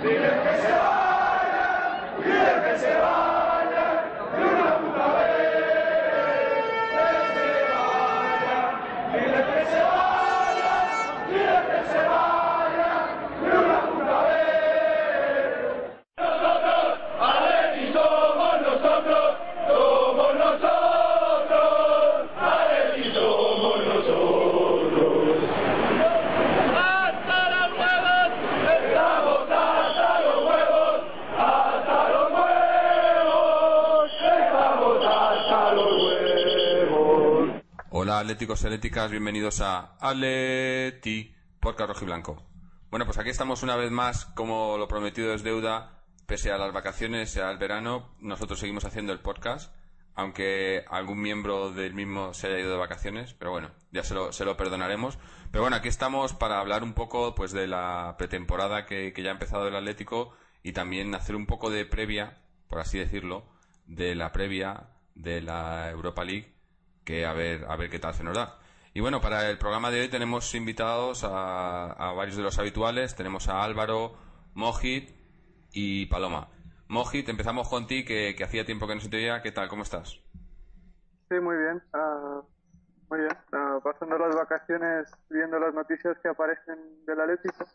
Dile que se vaya, dile que se vaya, de una puta vez. Que se vaya, dile que se vaya, dile que se vaya, de una puta vez. Nosotros, Atleti somos nosotros, somos nosotros, Atleti somos nosotros. ¡Hasta los huevos! ¡Estamos hasta los huevos! ¡Hasta los huevos! ¡Estamos hasta los huevos! Hola atléticos y atléticas, bienvenidos a Atleti Podcast Rojiblanco. Bueno, pues aquí estamos una vez más, como lo prometido es deuda, pese a las vacaciones, al verano, nosotros seguimos haciendo el podcast, aunque algún miembro del mismo se haya ido de vacaciones, pero bueno, ya se lo perdonaremos. Pero bueno, aquí estamos para hablar un poco pues de la pretemporada que ya ha empezado el Atlético y también hacer un poco de previa, por así decirlo, de la previa de la Europa League, que a ver qué tal se nos da. Y bueno, para el programa de hoy tenemos invitados a varios de los habituales. Tenemos a Álvaro, Mojit y Paloma. Mojit, empezamos con ti, que hacía tiempo que no se te veía. ¿Qué tal? ¿Cómo estás? Sí, muy bien. Muy bien. Pasando las vacaciones, viendo las noticias que aparecen del Atlético,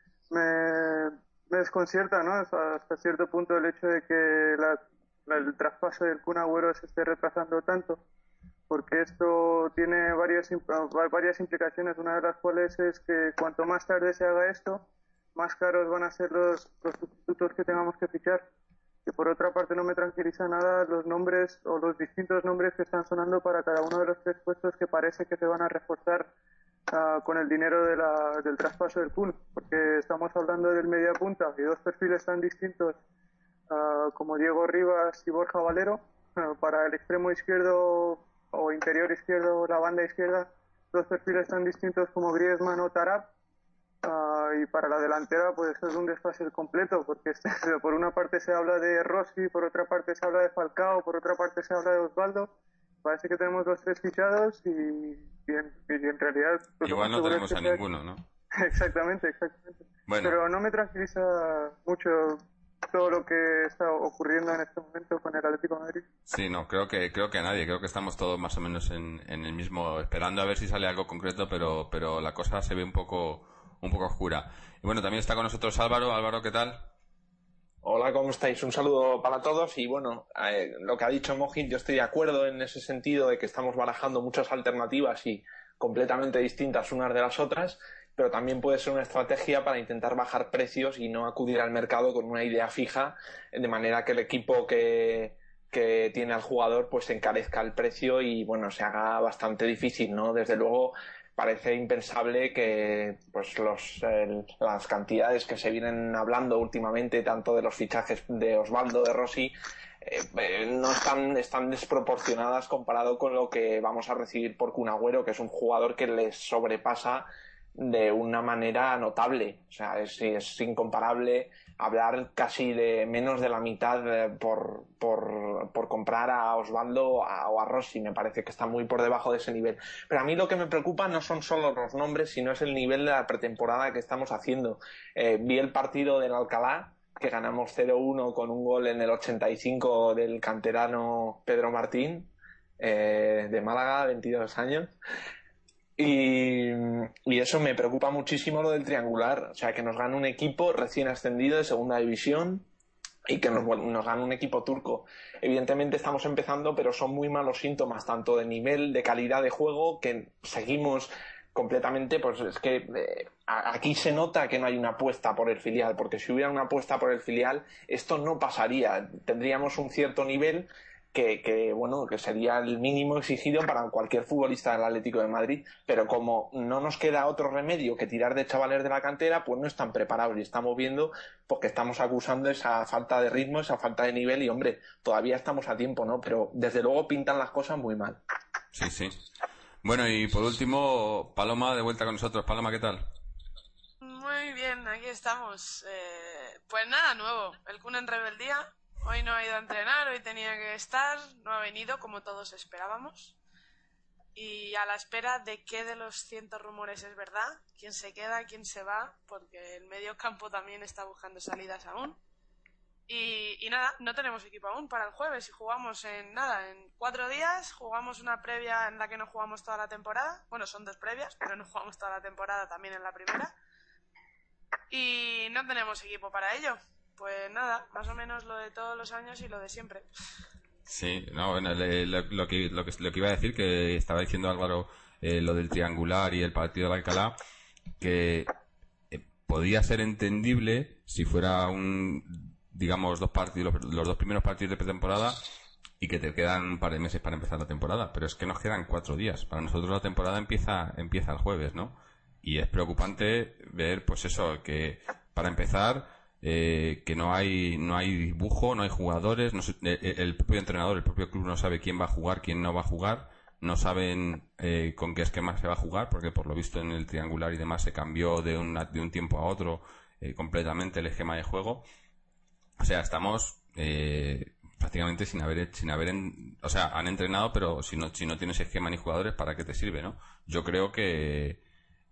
me desconcierta, ¿no? Hasta cierto punto el hecho de que el traspaso del Kun Agüero se esté retrasando tanto, porque esto tiene varias implicaciones, una de las cuales es que cuanto más tarde se haga esto, más caros van a ser los sustitutos que tengamos que fichar. Que por otra parte no me tranquiliza nada los nombres o los distintos nombres que están sonando para cada uno de los tres puestos que parece que se van a reforzar con el dinero del traspaso del Kun, porque estamos hablando del media punta y dos perfiles tan distintos como Diego Rivas y Borja Valero. Para el extremo izquierdo o interior izquierdo, la banda izquierda, dos perfiles tan distintos como Griezmann o Tarap. Y para la delantera pues es un desfase completo, porque por una parte se habla de Rossi, por otra parte se habla de Falcao, por otra parte se habla de Osvaldo. Parece que tenemos los tres fichados y en realidad pues, igual no tenemos a ninguno, ¿no? Exactamente. Bueno. Pero no me tranquiliza mucho todo lo que está ocurriendo en este momento con el Atlético de Madrid. Sí, no, creo que a nadie. Creo que estamos todos más o menos en el mismo, esperando a ver si sale algo concreto, pero la cosa se ve un poco oscura. Y bueno, también está con nosotros Álvaro. Álvaro, ¿qué tal? Hola, ¿cómo estáis? Un saludo para todos y bueno, lo que ha dicho Mojit, yo estoy de acuerdo en ese sentido de que estamos barajando muchas alternativas y completamente distintas unas de las otras, pero también puede ser una estrategia para intentar bajar precios y no acudir al mercado con una idea fija, de manera que el equipo que tiene al jugador pues encarezca el precio y bueno, se haga bastante difícil, ¿no? Desde luego parece impensable que pues las cantidades que se vienen hablando últimamente, tanto de los fichajes de Osvaldo, de Rossi, no están desproporcionadas comparado con lo que vamos a recibir por Kun Agüero, que es un jugador que les sobrepasa de una manera notable. O sea, es incomparable hablar casi de menos de la mitad por comprar a Osvaldo o a Rossi. Me parece que está muy por debajo de ese nivel. Pero a mí lo que me preocupa no son solo los nombres, sino es el nivel de la pretemporada que estamos haciendo. Vi el partido del Alcalá, que ganamos 0-1 con un gol en el 85 del canterano Pedro Martín, de Málaga, 22 años. Y eso me preocupa muchísimo, lo del triangular. O sea, que nos gane un equipo recién ascendido de segunda división y que nos gane un equipo turco. Evidentemente estamos empezando, pero son muy malos síntomas, tanto de nivel, de calidad de juego, que seguimos completamente. Pues es que aquí se nota que no hay una apuesta por el filial, porque si hubiera una apuesta por el filial, esto no pasaría. Tendríamos un cierto nivel que sería el mínimo exigido para cualquier futbolista del Atlético de Madrid, pero como no nos queda otro remedio que tirar de chavales de la cantera, pues no están preparados y estamos viendo porque estamos acusando esa falta de ritmo, esa falta de nivel y hombre, todavía estamos a tiempo, ¿no? Pero desde luego pintan las cosas muy mal. Sí. Bueno, y por último, Paloma, de vuelta con nosotros. Paloma, ¿qué tal? Muy bien, aquí estamos. Pues nada nuevo, el Kun en rebeldía. Hoy no ha ido a entrenar, hoy tenía que estar, no ha venido como todos esperábamos. y a la espera de qué de los cientos rumores es verdad, quién se queda, quién se va, porque el medio campo también está buscando salidas aún. Y nada, no tenemos equipo aún para el jueves y jugamos en 4 días, jugamos una previa en la que no jugamos toda la temporada, bueno, son 2 previas, pero no jugamos toda la temporada también en la primera, y no tenemos equipo para ello. Pues nada, más o menos lo de todos los años y lo de siempre. Sí, no, bueno, lo que iba a decir, que estaba diciendo Álvaro, lo del triangular y el partido de Alcalá, que podía ser entendible si fuera digamos, los 2 primeros partidos de pretemporada y que te quedan un par de meses para empezar la temporada, pero es que nos quedan 4 días. Para nosotros la temporada empieza el jueves, ¿no? Y es preocupante ver, pues eso, que para empezar, que no hay dibujo, no hay jugadores, el propio entrenador, el propio club no sabe quién va a jugar, quién no va a jugar, no saben con qué esquema se va a jugar, porque por lo visto en el triangular y demás se cambió de un tiempo a otro completamente el esquema de juego. O sea, estamos prácticamente sin haber o sea, han entrenado, pero si no tienes esquema ni jugadores, ¿para qué te sirve, no? Yo creo que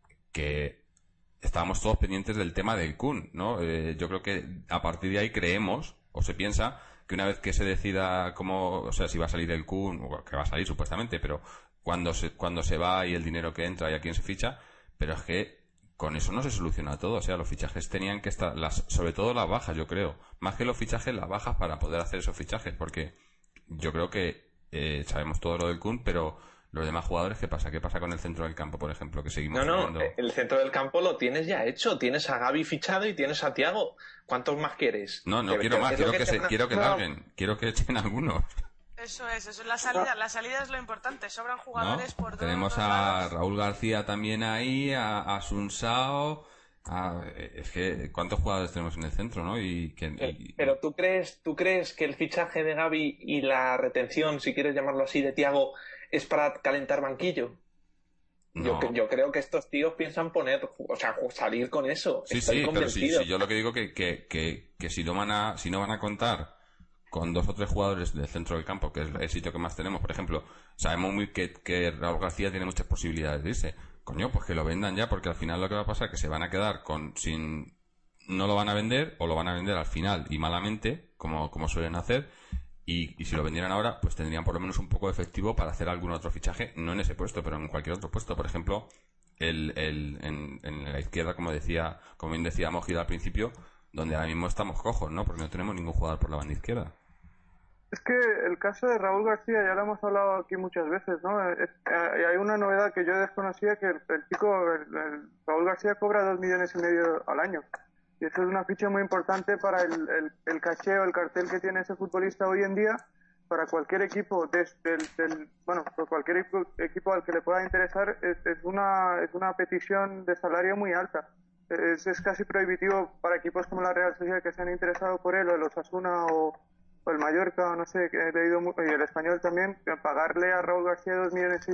estábamos todos pendientes del tema del Kun, ¿no? Yo creo que a partir de ahí creemos, o se piensa, que una vez que se decida o sea, si va a salir el Kun, o que va a salir supuestamente, pero cuando se va y el dinero que entra y a quién se ficha, pero es que con eso no se soluciona todo. O sea, los fichajes tenían que estar, sobre todo las bajas, yo creo, más que los fichajes, las bajas para poder hacer esos fichajes, porque yo creo que sabemos todo lo del Kun, pero los demás jugadores, ¿qué pasa? ¿Qué pasa con el centro del campo, por ejemplo? Que seguimos No, el centro del campo lo tienes ya hecho. Tienes a Gavi fichado y tienes a Thiago. ¿Cuántos más quieres? No quiero más. Quiero que larguen. Quiero que echen algunos. Eso es la salida. La salida es lo importante. Sobran jugadores por todos tenemos los a lados. Raúl García también ahí, a Sun Sao. Es que ¿cuántos jugadores tenemos en el centro, no? Pero ¿tú crees que el fichaje de Gavi y la retención, si quieres llamarlo así, de Thiago es para calentar banquillo? No. Yo creo que estos tíos piensan salir con eso. Sí, Estoy convencido. pero yo lo que digo que si no van a contar con 2 o 3 jugadores del centro del campo, que es el sitio que más tenemos, por ejemplo, sabemos que Raúl García tiene muchas posibilidades de irse. Coño, pues que lo vendan ya, porque al final lo que va a pasar es que se van a quedar no lo van a vender, o lo van a vender al final y malamente, como suelen hacer, y si lo vendieran ahora, pues tendrían por lo menos un poco de efectivo para hacer algún otro fichaje, no en ese puesto, pero en cualquier otro puesto. Por ejemplo, en la izquierda, como bien decía Mojida al principio, donde ahora mismo estamos cojos, ¿no? Porque no tenemos ningún jugador por la banda izquierda. Es que el caso de Raúl García ya lo hemos hablado aquí muchas veces, ¿no? Hay una novedad que yo desconocía, que el chico, Raúl García, cobra 2,5 millones al año. Y eso es una ficha muy importante para el caché o el cartel que tiene ese futbolista hoy en día, para cualquier equipo, por cualquier equipo al que le pueda interesar, es una petición de salario muy alta. Es casi prohibitivo para equipos como la Real Sociedad, que se han interesado por él, o el Osasuna o el Mallorca, no sé, que he leído, y el Español también, pagarle a Raúl García 2,5 millones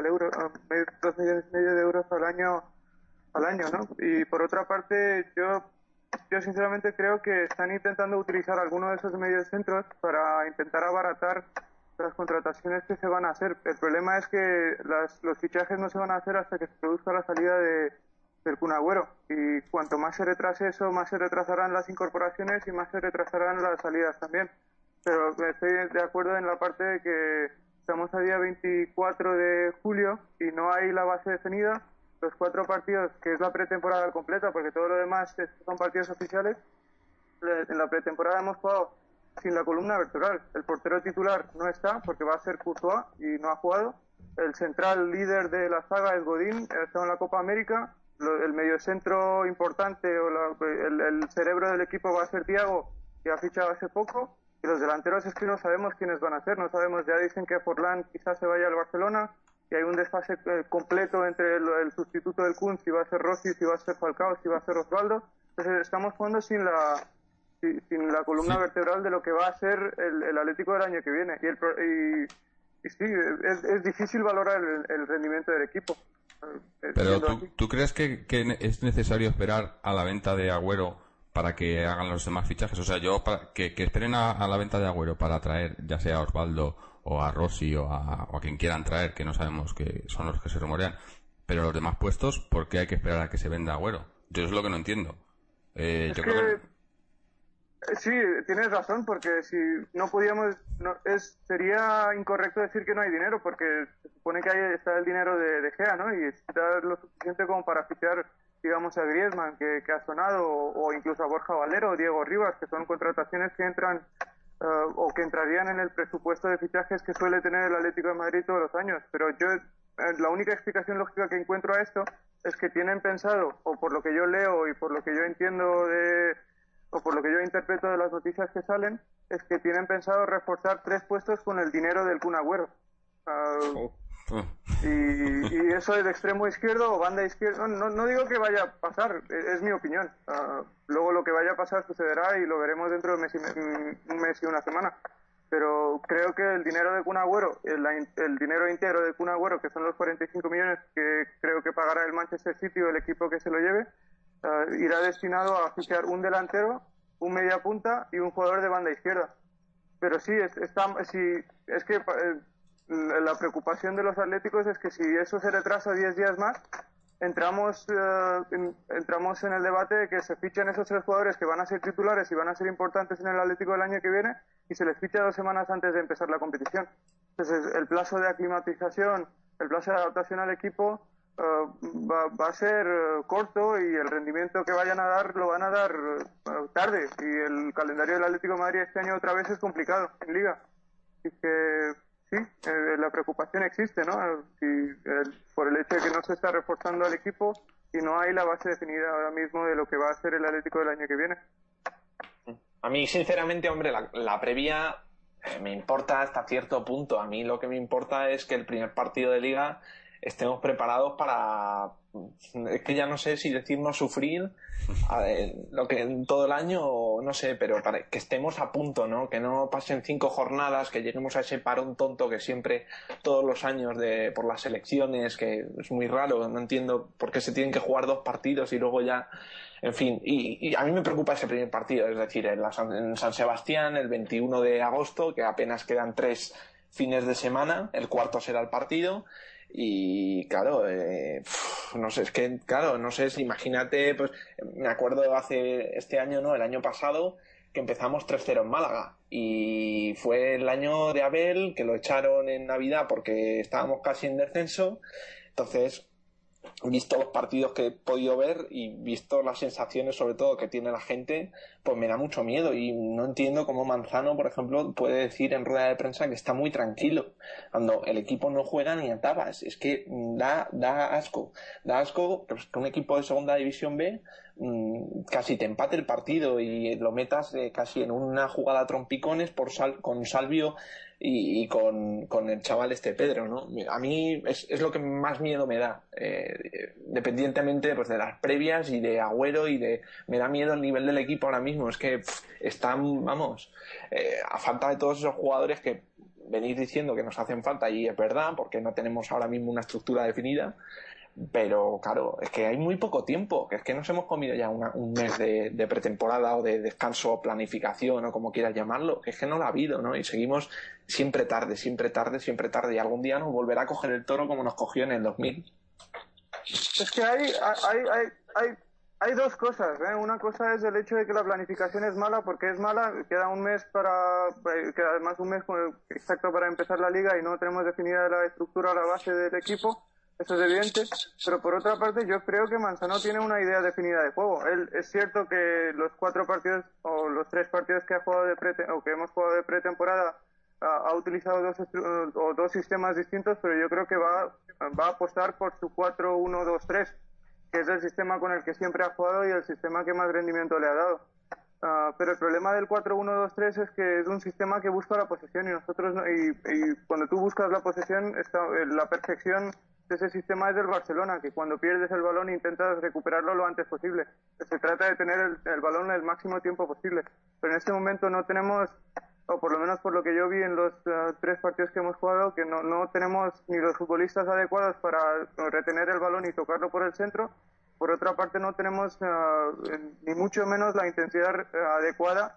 de euros al año, ¿no? Y por otra parte, yo sinceramente creo que están intentando utilizar alguno de esos medios centros para intentar abaratar las contrataciones que se van a hacer. El problema es que los fichajes no se van a hacer hasta que se produzca la salida del Kun Agüero, y cuanto más se retrase eso, más se retrasarán las incorporaciones y más se retrasarán las salidas también. Pero estoy de acuerdo en la parte de que estamos a día 24 de julio y no hay la base definida. Los 4 partidos, que es la pretemporada completa, porque todo lo demás son partidos oficiales, en la pretemporada hemos jugado sin la columna vertebral. El portero titular no está, porque va a ser Courtois y no ha jugado. El central líder de la saga es Godín, está en la Copa América. El mediocentro importante, o el cerebro del equipo, va a ser Thiago, que ha fichado hace poco. Y los delanteros es que no sabemos quiénes van a ser, no sabemos. Ya dicen que Forlán quizás se vaya al Barcelona, y hay un desfase completo entre el sustituto del Kun, si va a ser Rossi, si va a ser Falcao, si va a ser Osvaldo. Entonces estamos jugando sin la columna vertebral de lo que va a ser el Atlético del año que viene. Y sí, es difícil valorar el rendimiento del equipo. Pero ¿tú crees que es necesario esperar a la venta de Agüero para que hagan los demás fichajes? O sea, que esperen a la venta de Agüero para traer ya sea a Osvaldo o a Rossi o a quien quieran traer, que no sabemos que son los que se rumorean. Pero los demás puestos, ¿por qué hay que esperar a que se venda Agüero? Yo es lo que no entiendo. Yo creo que... Sí, tienes razón, porque si no podíamos, sería incorrecto decir que no hay dinero, porque se supone que ahí está el dinero de Gea, ¿no? Y está lo suficiente como para fichar, digamos, a Griezmann, que ha sonado, o incluso a Borja Valero o Diego Rivas, que son contrataciones que entran o que entrarían en el presupuesto de fichajes que suele tener el Atlético de Madrid todos los años. Pero yo, la única explicación lógica que encuentro a esto es que tienen pensado, o por lo que yo leo y por lo que yo entiendo o por lo que yo interpreto de las noticias que salen, es que tienen pensado reforzar 3 puestos con el dinero del Kun Agüero. Y eso es de extremo izquierdo o banda izquierda. No digo que vaya a pasar, es mi opinión. Luego lo que vaya a pasar sucederá y lo veremos dentro de un mes y una semana. Pero creo que el dinero de Kun Agüero, el dinero íntegro de Kun Agüero, que son los 45 millones que creo que pagará el Manchester City o el equipo que se lo lleve, irá destinado a fichar un delantero, un media punta y un jugador de banda izquierda. Pero sí, es que la preocupación de los atléticos es que si eso se retrasa 10 días más, entramos en el debate de que se fichen esos 3 jugadores que van a ser titulares y van a ser importantes en el Atlético del año que viene, y se les ficha 2 semanas antes de empezar la competición. Entonces el plazo de aclimatización, el plazo de adaptación al equipo va a ser corto, y el rendimiento que vayan a dar lo van a dar tarde, y el calendario del Atlético de Madrid este año otra vez es complicado en Liga. Así que sí, la preocupación existe, ¿no? Por el hecho de que no se está reforzando al equipo y no hay la base definida ahora mismo de lo que va a ser el Atlético del año que viene. A mí, sinceramente, hombre, la previa me importa hasta cierto punto. A mí lo que me importa es que el primer partido de Liga estemos preparados para, es que ya no sé si decirnos sufrir lo que en todo el año, no sé, pero para que estemos a punto, ¿no? Que no pasen 5 jornadas, que lleguemos a ese parón tonto que siempre todos los años por las elecciones, que es muy raro, no entiendo por qué se tienen que jugar 2 partidos y luego ya, en fin, y a mí me preocupa ese primer partido, es decir, en San Sebastián el 21 de agosto, que apenas quedan 3 fines de semana, el cuarto será el partido. Y claro, no sé, es que claro, no sé, imagínate, pues me acuerdo este año, no, el año pasado, que empezamos 3-0 en Málaga, y fue el año de Abel, que lo echaron en Navidad porque estábamos casi en descenso. Entonces, visto los partidos que he podido ver y visto las sensaciones sobre todo que tiene la gente, pues me da mucho miedo, y no entiendo cómo Manzano, por ejemplo, puede decir en rueda de prensa que está muy tranquilo cuando el equipo no juega ni a tabas. Es que da asco pues, que un equipo de segunda división B casi te empate el partido y lo metas casi en una jugada a trompicones con Salvio y con el chaval Pedro, ¿no? A mí es lo que más miedo me da, dependientemente pues de las previas y de Agüero me da miedo el nivel del equipo ahora mismo. Es que están, vamos, a falta de todos esos jugadores que venís diciendo que nos hacen falta, y es verdad, porque no tenemos ahora mismo una estructura definida. Pero claro, es que hay muy poco tiempo, que es que nos hemos comido ya un mes de pretemporada o de descanso o planificación o como quieras llamarlo, que es que no lo ha habido, ¿no? Y seguimos siempre tarde, y algún día nos volverá a coger el toro como nos cogió en el 2000. Es que hay 2 cosas, ¿eh? Una cosa es el hecho de que la planificación es mala, porque es mala, queda un mes queda además un mes exacto para empezar la liga y no tenemos definida la estructura o la base del equipo. Eso es evidente, pero por otra parte yo creo que Manzano tiene una idea definida de juego. Es cierto que los 4 partidos o los 3 partidos que ha jugado que hemos jugado de pretemporada ha utilizado 2 sistemas distintos, pero yo creo que va a apostar por su 4-1-2-3, que es el sistema con el que siempre ha jugado y el sistema que más rendimiento le ha dado. Pero el problema del 4-1-2-3 es que es un sistema que busca la posesión, y nosotros y cuando tú buscas la posesión, la perfección de ese sistema es del Barcelona, que cuando pierdes el balón intentas recuperarlo lo antes posible. Se trata de tener el balón el máximo tiempo posible, pero en este momento no tenemos, o por lo menos por lo que yo vi en los 3 partidos que hemos jugado, que no tenemos ni los futbolistas adecuados para retener el balón y tocarlo por el centro. Por otra parte, no tenemos ni mucho menos la intensidad adecuada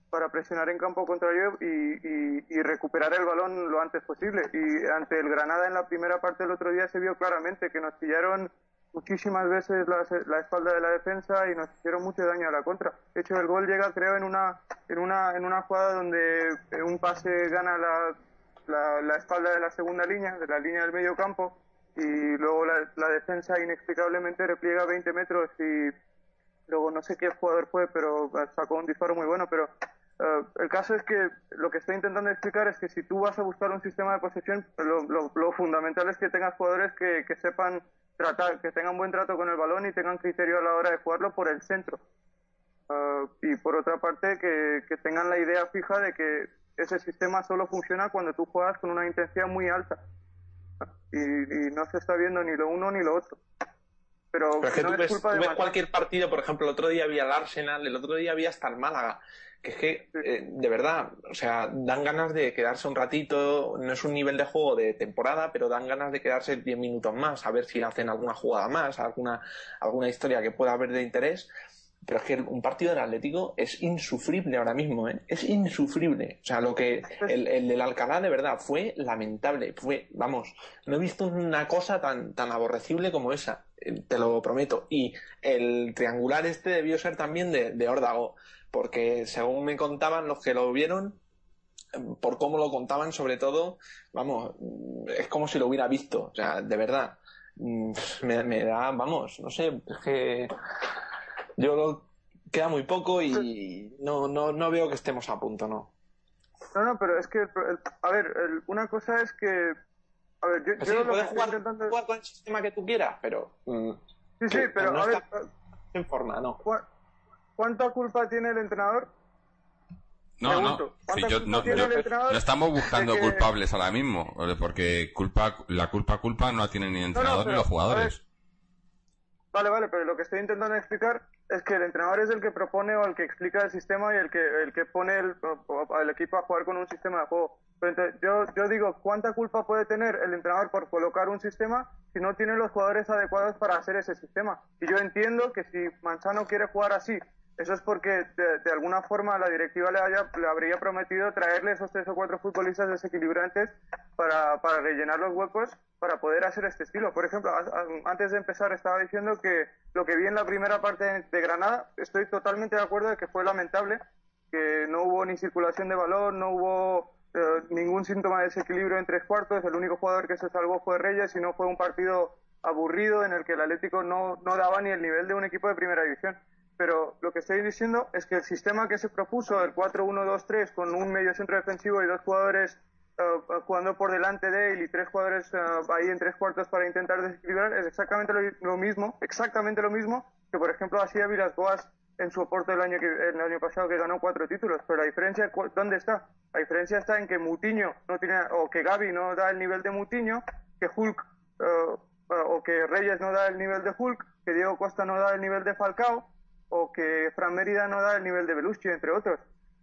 para presionar en campo contrario y recuperar el balón lo antes posible. Y ante el Granada en la primera parte del otro día se vio claramente que nos pillaron muchísimas veces la espalda de la defensa y nos hicieron mucho daño a la contra. De hecho, el gol llega, creo, en una jugada donde un pase gana la espalda de la segunda línea, de la línea del medio campo, y luego la defensa inexplicablemente repliega 20 metros y luego no sé qué jugador fue, pero sacó un disparo muy bueno. Pero el caso es que lo que estoy intentando explicar es que si tú vas a buscar un sistema de posesión, lo fundamental es que tengas jugadores que sepan tratar, que tengan buen trato con el balón y tengan criterio a la hora de jugarlo por el centro. Y por otra parte, que tengan la idea fija de que ese sistema solo funciona cuando tú juegas con una intensidad muy alta. Y no se está viendo ni lo uno ni lo otro. Pero es que no tú ves cualquier partido, por ejemplo, el otro día había el Arsenal, el otro día había hasta el Málaga, que es que, de verdad, o sea, dan ganas de quedarse un ratito, no es un nivel de juego de temporada, pero dan ganas de quedarse 10 minutos más, a ver si hacen alguna jugada más, alguna historia que pueda haber de interés. Pero es que un partido del Atlético es insufrible ahora mismo, ¿eh? Es insufrible. O sea, el del Alcalá de verdad fue lamentable. Vamos, no he visto una cosa tan aborrecible como esa, te lo prometo. Y el triangular debió ser también de Órdago, porque según me contaban los que lo vieron, por cómo lo contaban sobre todo, vamos, es como si lo hubiera visto. O sea, de verdad, me da, vamos, no sé, es que... queda muy poco y no veo que estemos a punto, ¿no? No, pero es que, a ver, una cosa es que... A ver, yo sí, lo puedes que jugar, estoy intentando... jugar con el sistema que tú quieras, pero... Sí, pero no a ver... está en forma, ¿no? ¿Cuánta culpa tiene el entrenador? No. Sí, no estamos buscando culpables ahora mismo, porque la culpa no la tienen ni el entrenador ni los jugadores. Vale, pero lo que estoy intentando explicar es que el entrenador es el que propone o el que explica el sistema y el que pone al equipo a jugar con un sistema de juego. Pero entonces, yo digo, ¿cuánta culpa puede tener el entrenador por colocar un sistema si no tiene los jugadores adecuados para hacer ese sistema? Y yo entiendo que si Manzano quiere jugar así, eso es porque de alguna forma la directiva le habría prometido traerle esos 3 o 4 futbolistas desequilibrantes para rellenar los huecos para poder hacer este estilo. Por ejemplo, antes de empezar estaba diciendo que lo que vi en la primera parte de Granada, estoy totalmente de acuerdo de que fue lamentable, que no hubo ni circulación de balón, no hubo ningún síntoma de desequilibrio en 3/4, el único jugador que se salvó fue Reyes y no fue un partido aburrido en el que el Atlético no daba ni el nivel de un equipo de primera división. Pero lo que estoy diciendo es que el sistema que se propuso, el 4-1-2-3, con un medio centro defensivo y 2 jugadores jugando por delante de él y 3 jugadores ahí en 3/4 para intentar desequilibrar, es exactamente lo mismo que, por ejemplo, hacía Villas-Boas en su aporte el año pasado, que ganó 4 títulos. Pero la diferencia, ¿dónde está? La diferencia está en que Moutinho no tiene, o que Gavi no da el nivel de Moutinho, que Hulk o que Reyes no da el nivel de Hulk, que Diego Costa no da el nivel de Falcao, o que Fran Mérida no da el nivel de Belucci, entre otros.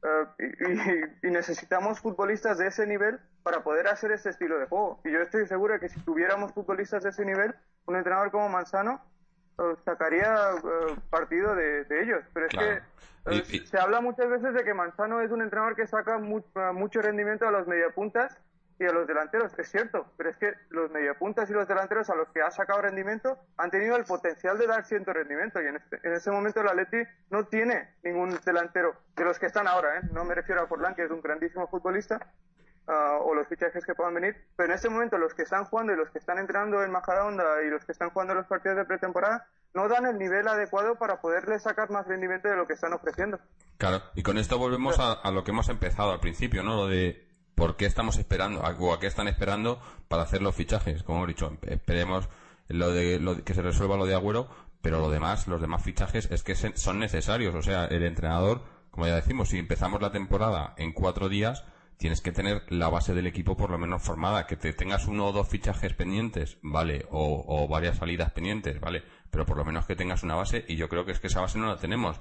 Y necesitamos futbolistas de ese nivel para poder hacer este estilo de juego. Y yo estoy seguro de que si tuviéramos futbolistas de ese nivel, un entrenador como Manzano sacaría partido de ellos. Pero es claro. que se habla muchas veces de que Manzano es un entrenador que saca mucho rendimiento a los mediapuntas y a los delanteros. Es cierto, pero es que los mediapuntas y los delanteros a los que ha sacado rendimiento han tenido el potencial de dar cierto rendimiento, y en ese momento el Atleti no tiene ningún delantero de los que están ahora, no me refiero a Forlán, que es un grandísimo futbolista, o los fichajes que puedan venir, pero en este momento los que están jugando y los que están entrenando en Majadahonda y los que están jugando los partidos de pretemporada no dan el nivel adecuado para poderles sacar más rendimiento de lo que están ofreciendo. Claro, y con esto volvemos a lo que hemos empezado al principio, ¿no? Lo de ¿por qué estamos esperando? ¿O a qué están esperando para hacer los fichajes? Como hemos dicho, esperemos que se resuelva lo de Agüero, pero los demás fichajes es que son necesarios. O sea, el entrenador, como ya decimos, si empezamos la temporada en 4 días, tienes que tener la base del equipo por lo menos formada. Que te tengas 1 o 2 fichajes pendientes, vale, o varias salidas pendientes, vale, pero por lo menos que tengas una base, y yo creo que es que esa base no la tenemos.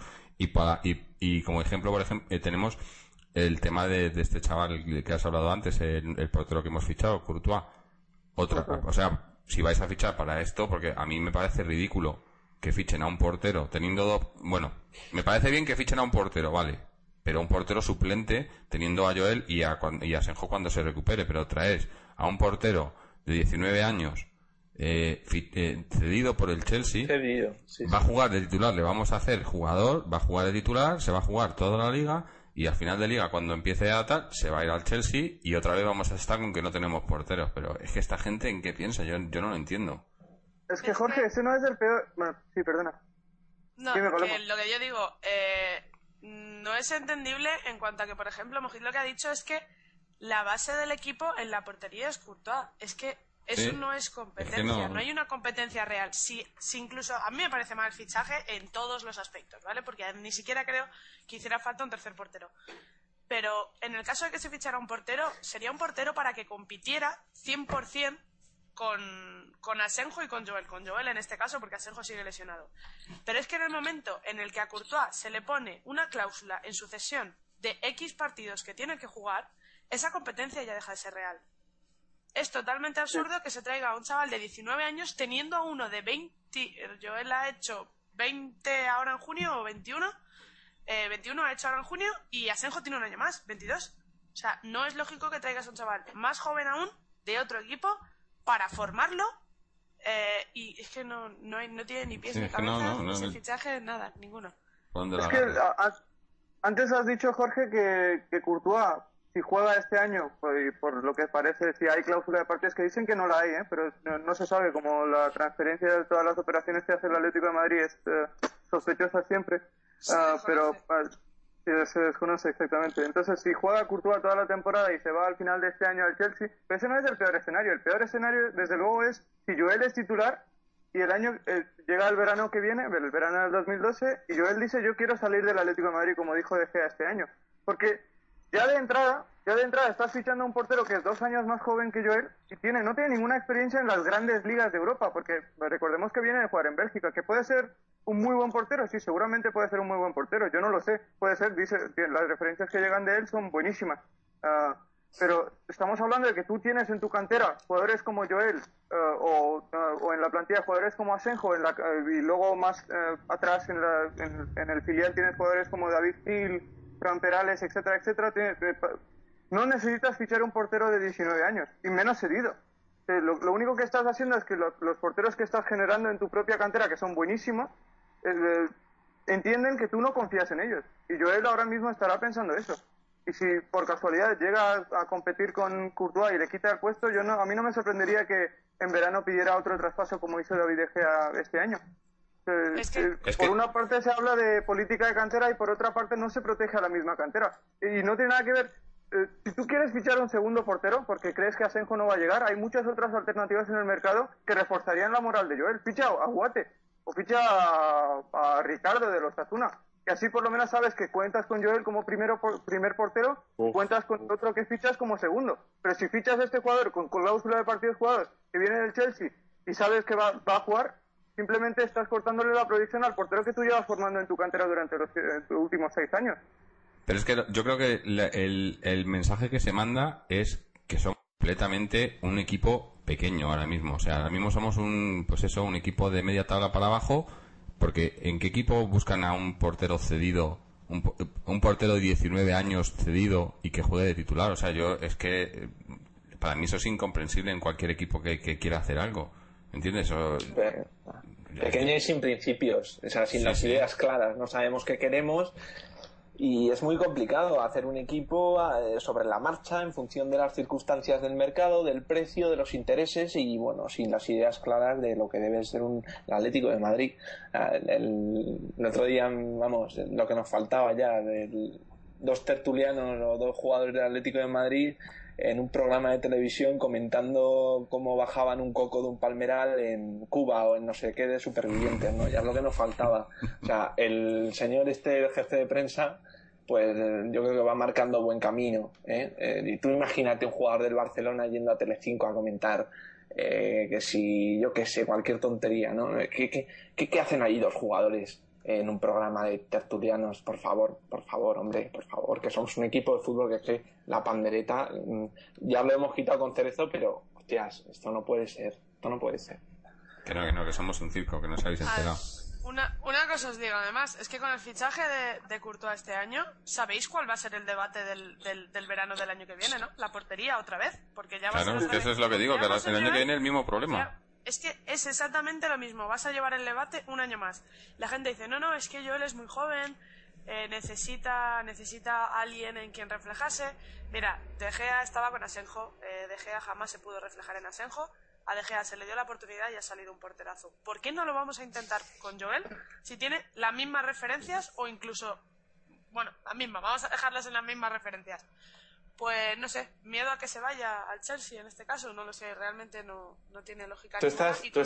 Y como ejemplo, tenemos el tema de este chaval que has hablado antes, el portero que hemos fichado, Courtois. O sea, si vais a fichar para esto, porque a mí me parece ridículo que fichen a un portero teniendo 2... Bueno, me parece bien que fichen a un portero, vale, pero un portero suplente teniendo a Joel y a Asenjo cuando se recupere, pero traes a un portero de 19 años cedido por el Chelsea, va a jugar de titular, le vamos a hacer jugador, va a jugar de titular, se va a jugar toda la liga y al final de liga, cuando empiece a tal, se va a ir al Chelsea y otra vez vamos a estar con que no tenemos porteros. Pero es que esta gente, ¿en qué piensa? Yo no lo entiendo. Es que Jorge, ese no es el peor... Bueno, sí, perdona. No, Dime, que lo que yo digo, no es entendible en cuanto a que, por ejemplo, Mojit lo que ha dicho es que la base del equipo en la portería es Courtois. Es que eso no es competencia, es que no hay una competencia real. Si incluso a mí me parece mal el fichaje en todos los aspectos, ¿vale? Porque ni siquiera creo que hiciera falta un tercer portero. Pero en el caso de que se fichara un portero, sería un portero para que compitiera 100% con Asenjo y con Joel en este caso, porque Asenjo sigue lesionado. Pero es que en el momento en el que a Courtois se le pone una cláusula en sucesión de X partidos que tiene que jugar, esa competencia ya deja de ser real. Es totalmente absurdo que se traiga a un chaval de 19 años teniendo a uno de 20. Joel ha hecho 20 ahora en junio o 21. 21 ha hecho ahora en junio y Asenjo tiene un año más, 22. O sea, no es lógico que traigas a un chaval más joven aún de otro equipo para formarlo y es que no tiene ni pies ni cabeza ese fichaje, nada, ninguno. Es que antes has dicho, Jorge, que Courtois, si juega este año, pues, por lo que parece, si hay cláusula de partidos, que dicen que no la hay, pero no se sabe, como la transferencia de todas las operaciones que hace el Atlético de Madrid es sospechosa siempre, pero se desconoce exactamente. Entonces, si juega Courtois toda la temporada y se va al final de este año al Chelsea, pero ese no es el peor escenario. El peor escenario, desde luego, es si Joel es titular y el año llega el verano que viene, el verano del 2012, y Joel dice: yo quiero salir del Atlético de Madrid, como dijo De Gea este año. Porque ya de entrada estás fichando a un portero que es 2 años más joven que Joel y no tiene ninguna experiencia en las grandes ligas de Europa, porque recordemos que viene de jugar en Bélgica, que puede ser un muy buen portero, sí, seguramente puede ser un muy buen portero, yo no lo sé, puede ser, las referencias que llegan de él son buenísimas, pero estamos hablando de que tú tienes en tu cantera jugadores como Joel, o en la plantilla jugadores como Asenjo, y luego más atrás en el filial tienes jugadores como David Gil, Fran Perales, etcétera, etcétera. No necesitas fichar un portero de 19 años, y menos cedido. Lo único que estás haciendo es que los porteros que estás generando en tu propia cantera, que son buenísimos, entienden que tú no confías en ellos. Y Joel ahora mismo estará pensando eso. Y si por casualidad llega a competir con Courtois y le quita el puesto, a mí no me sorprendería que en verano pidiera otro traspaso como hizo David De Gea este año. Por una parte se habla de política de cantera y por otra parte no se protege a la misma cantera. Y no tiene nada que ver. Si tú quieres fichar un segundo portero porque crees que Asenjo no va a llegar, hay muchas otras alternativas en el mercado que reforzarían la moral de Joel. Ficha a Guate o ficha a Ricardo de los Osasuna, que así por lo menos sabes que cuentas con Joel como primer portero, cuentas con otro que fichas como segundo. Pero si fichas a este jugador con cláusula de partidos jugados que viene del Chelsea y sabes que va a jugar, simplemente estás cortándole la proyección al portero que tú llevas formando en tu cantera durante los últimos 6 años. Pero es que yo creo que el mensaje que se manda es que somos completamente un equipo pequeño ahora mismo. O sea, ahora mismo somos un equipo de media tabla para abajo, porque ¿en qué equipo buscan a un portero cedido, un portero de 19 años cedido y que juegue de titular? O sea, es que para mí eso es incomprensible en cualquier equipo que quiera hacer algo. ¿Entiendes? Pequeño y sin principios, o sea, sin las ideas claras, no sabemos qué queremos y es muy complicado hacer un equipo sobre la marcha en función de las circunstancias del mercado, del precio, de los intereses y bueno, sin las ideas claras de lo que debe ser el Atlético de Madrid. El otro día, vamos, lo que nos faltaba ya, 2 tertulianos o 2 jugadores del Atlético de Madrid en un programa de televisión comentando cómo bajaban un coco de un palmeral en Cuba o en no sé qué de supervivientes, ¿no? Ya es lo que nos faltaba. O sea, el señor el jefe de prensa, pues yo creo que va marcando buen camino, y tú imagínate un jugador del Barcelona yendo a Telecinco a comentar que si, yo qué sé, cualquier tontería, ¿no? ¿Qué hacen ahí 2 jugadores en un programa de tertulianos? Por favor, hombre, por favor, que somos un equipo de fútbol, que la pandereta ya lo hemos quitado con Cerezo, pero hostias, esto no puede ser. Que no, que somos un circo, que no os habéis enterado. Una cosa os digo, además, es que con el fichaje de Courtois este año, ¿sabéis cuál va a ser el debate del verano del año que viene, no? La portería otra vez, porque ya va a Claro, ser... es que eso es lo que digo, que el año que viene el mismo problema. Es que es exactamente lo mismo, vas a llevar el debate un año más. La gente dice, no, es que Joel es muy joven, necesita a alguien en quien reflejarse. Mira, De Gea estaba con Asenjo, De Gea jamás se pudo reflejar en Asenjo. A De Gea se le dio la oportunidad y ha salido un porterazo. ¿Por qué no lo vamos a intentar con Joel si tiene las mismas referencias o incluso, bueno, las mismas, vamos a dejarlas en las mismas referencias? Pues no sé, miedo a que se vaya al Chelsea en este caso, no lo sé, realmente no tiene lógica. ¿Tú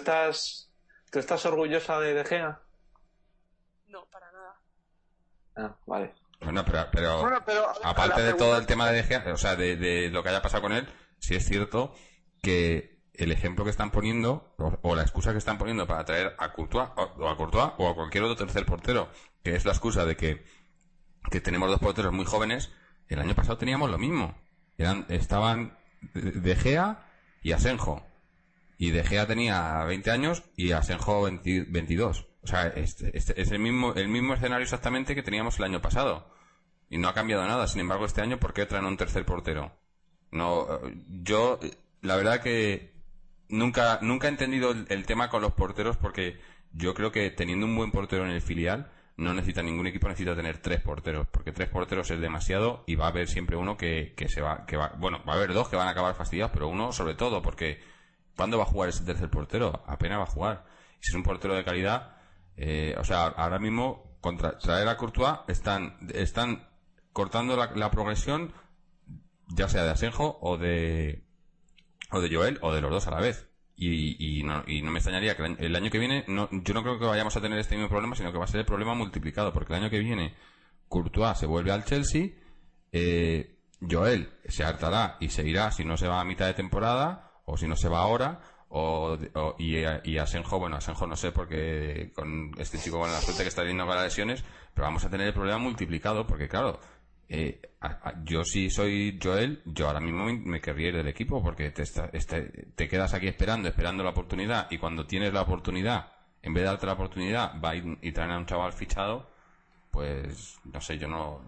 estás orgullosa de De Gea? No, para nada. Ah, vale. Bueno, pero aparte de todo el tema de De Gea, o sea, de lo que haya pasado con él, sí es cierto que el ejemplo que están poniendo, o la excusa que están poniendo para traer a Courtois, o a cualquier otro tercer portero, que es la excusa de que tenemos dos porteros muy jóvenes, el año pasado teníamos lo mismo. Estaban De Gea y Asenjo. Y De Gea tenía 20 años y Asenjo 22. O sea, este es el mismo escenario exactamente que teníamos el año pasado. Y no ha cambiado nada. Sin embargo, este año, ¿por qué traen un tercer portero? No, yo, la verdad que nunca he entendido el tema con los porteros, porque yo creo que teniendo un buen portero en el filial, ningún equipo necesita tener tres porteros, porque tres porteros es demasiado y va a haber siempre uno que bueno, va a haber dos que van a acabar fastidiados, pero uno sobre todo, porque ¿cuándo va a jugar ese tercer portero? Apenas va a jugar. Y si es un portero de calidad, o sea, ahora mismo contra traer a Courtois están cortando la progresión, ya sea de Asenjo o de Joel, o de los dos a la vez. Y no me extrañaría que el año que viene, yo no creo que vayamos a tener este mismo problema, sino que va a ser el problema multiplicado, porque el año que viene Courtois se vuelve al Chelsea, Joel se hartará y se irá si no se va a mitad de temporada, o si no se va ahora, y Asenjo, bueno, Asenjo no sé, porque con este chico con la suerte que está teniendo con las lesiones, pero vamos a tener el problema multiplicado, porque claro, yo si soy Joel, yo ahora mismo me querría ir del equipo, porque te quedas aquí esperando la oportunidad, y cuando tienes la oportunidad, en vez de darte la oportunidad, va y traen a un chaval fichado. Pues no sé,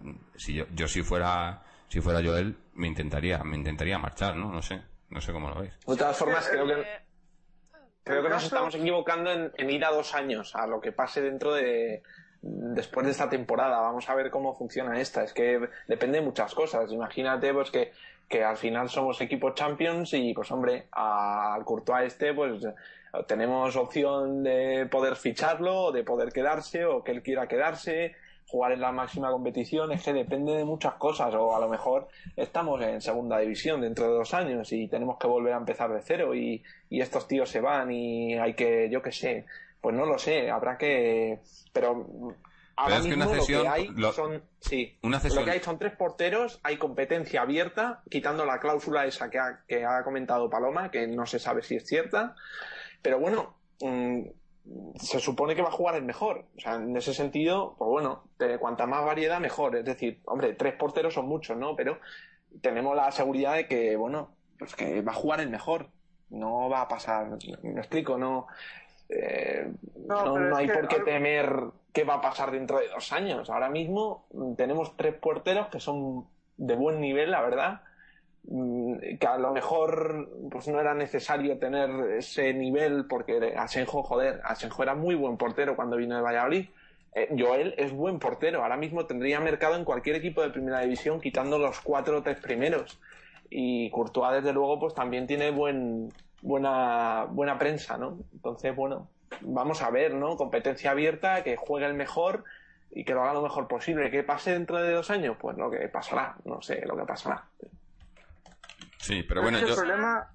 si fuera Joel, me intentaría marchar, ¿no? No sé cómo lo veis. De todas formas, creo que nos estamos equivocando en ir a 2 años, a lo que pase después de esta temporada. Vamos a ver cómo funciona esta. Es que depende de muchas cosas. Imagínate pues que al final somos equipo Champions y pues hombre, al Courtois pues tenemos opción de poder ficharlo, o de poder quedarse, o que él quiera quedarse, jugar en la máxima competición. Es que depende de muchas cosas, o a lo mejor estamos en segunda división dentro de 2 años y tenemos que volver a empezar de cero, y estos tíos se van y hay que, yo qué sé, pues no lo sé, habrá que... Pero ahora es que mismo una cesión, lo que hay son 3 porteros, hay competencia abierta, quitando la cláusula esa que ha comentado Paloma, que no se sabe si es cierta, pero bueno, se supone que va a jugar el mejor. O sea, en ese sentido, pues bueno, cuanta más variedad mejor. Es decir, hombre, 3 porteros son muchos, ¿no? Pero tenemos la seguridad de que, bueno, pues que va a jugar el mejor. No va a pasar, me explico, no hay por qué temer qué va a pasar dentro de 2 años. Ahora mismo tenemos 3 porteros que son de buen nivel, la verdad, que a lo mejor pues no era necesario tener ese nivel, porque Asenjo era muy buen portero cuando vino de Valladolid. Joel es buen portero, ahora mismo tendría mercado en cualquier equipo de primera división, quitando los 4 o 3 primeros, y Courtois desde luego pues también tiene buena prensa, ¿no? Entonces bueno, vamos a ver, ¿no? Competencia abierta, que juegue el mejor y que lo haga lo mejor posible. ¿Qué pase dentro de 2 años? Pues lo que pasará, no sé lo que pasará. Sí, pero bueno, el problema...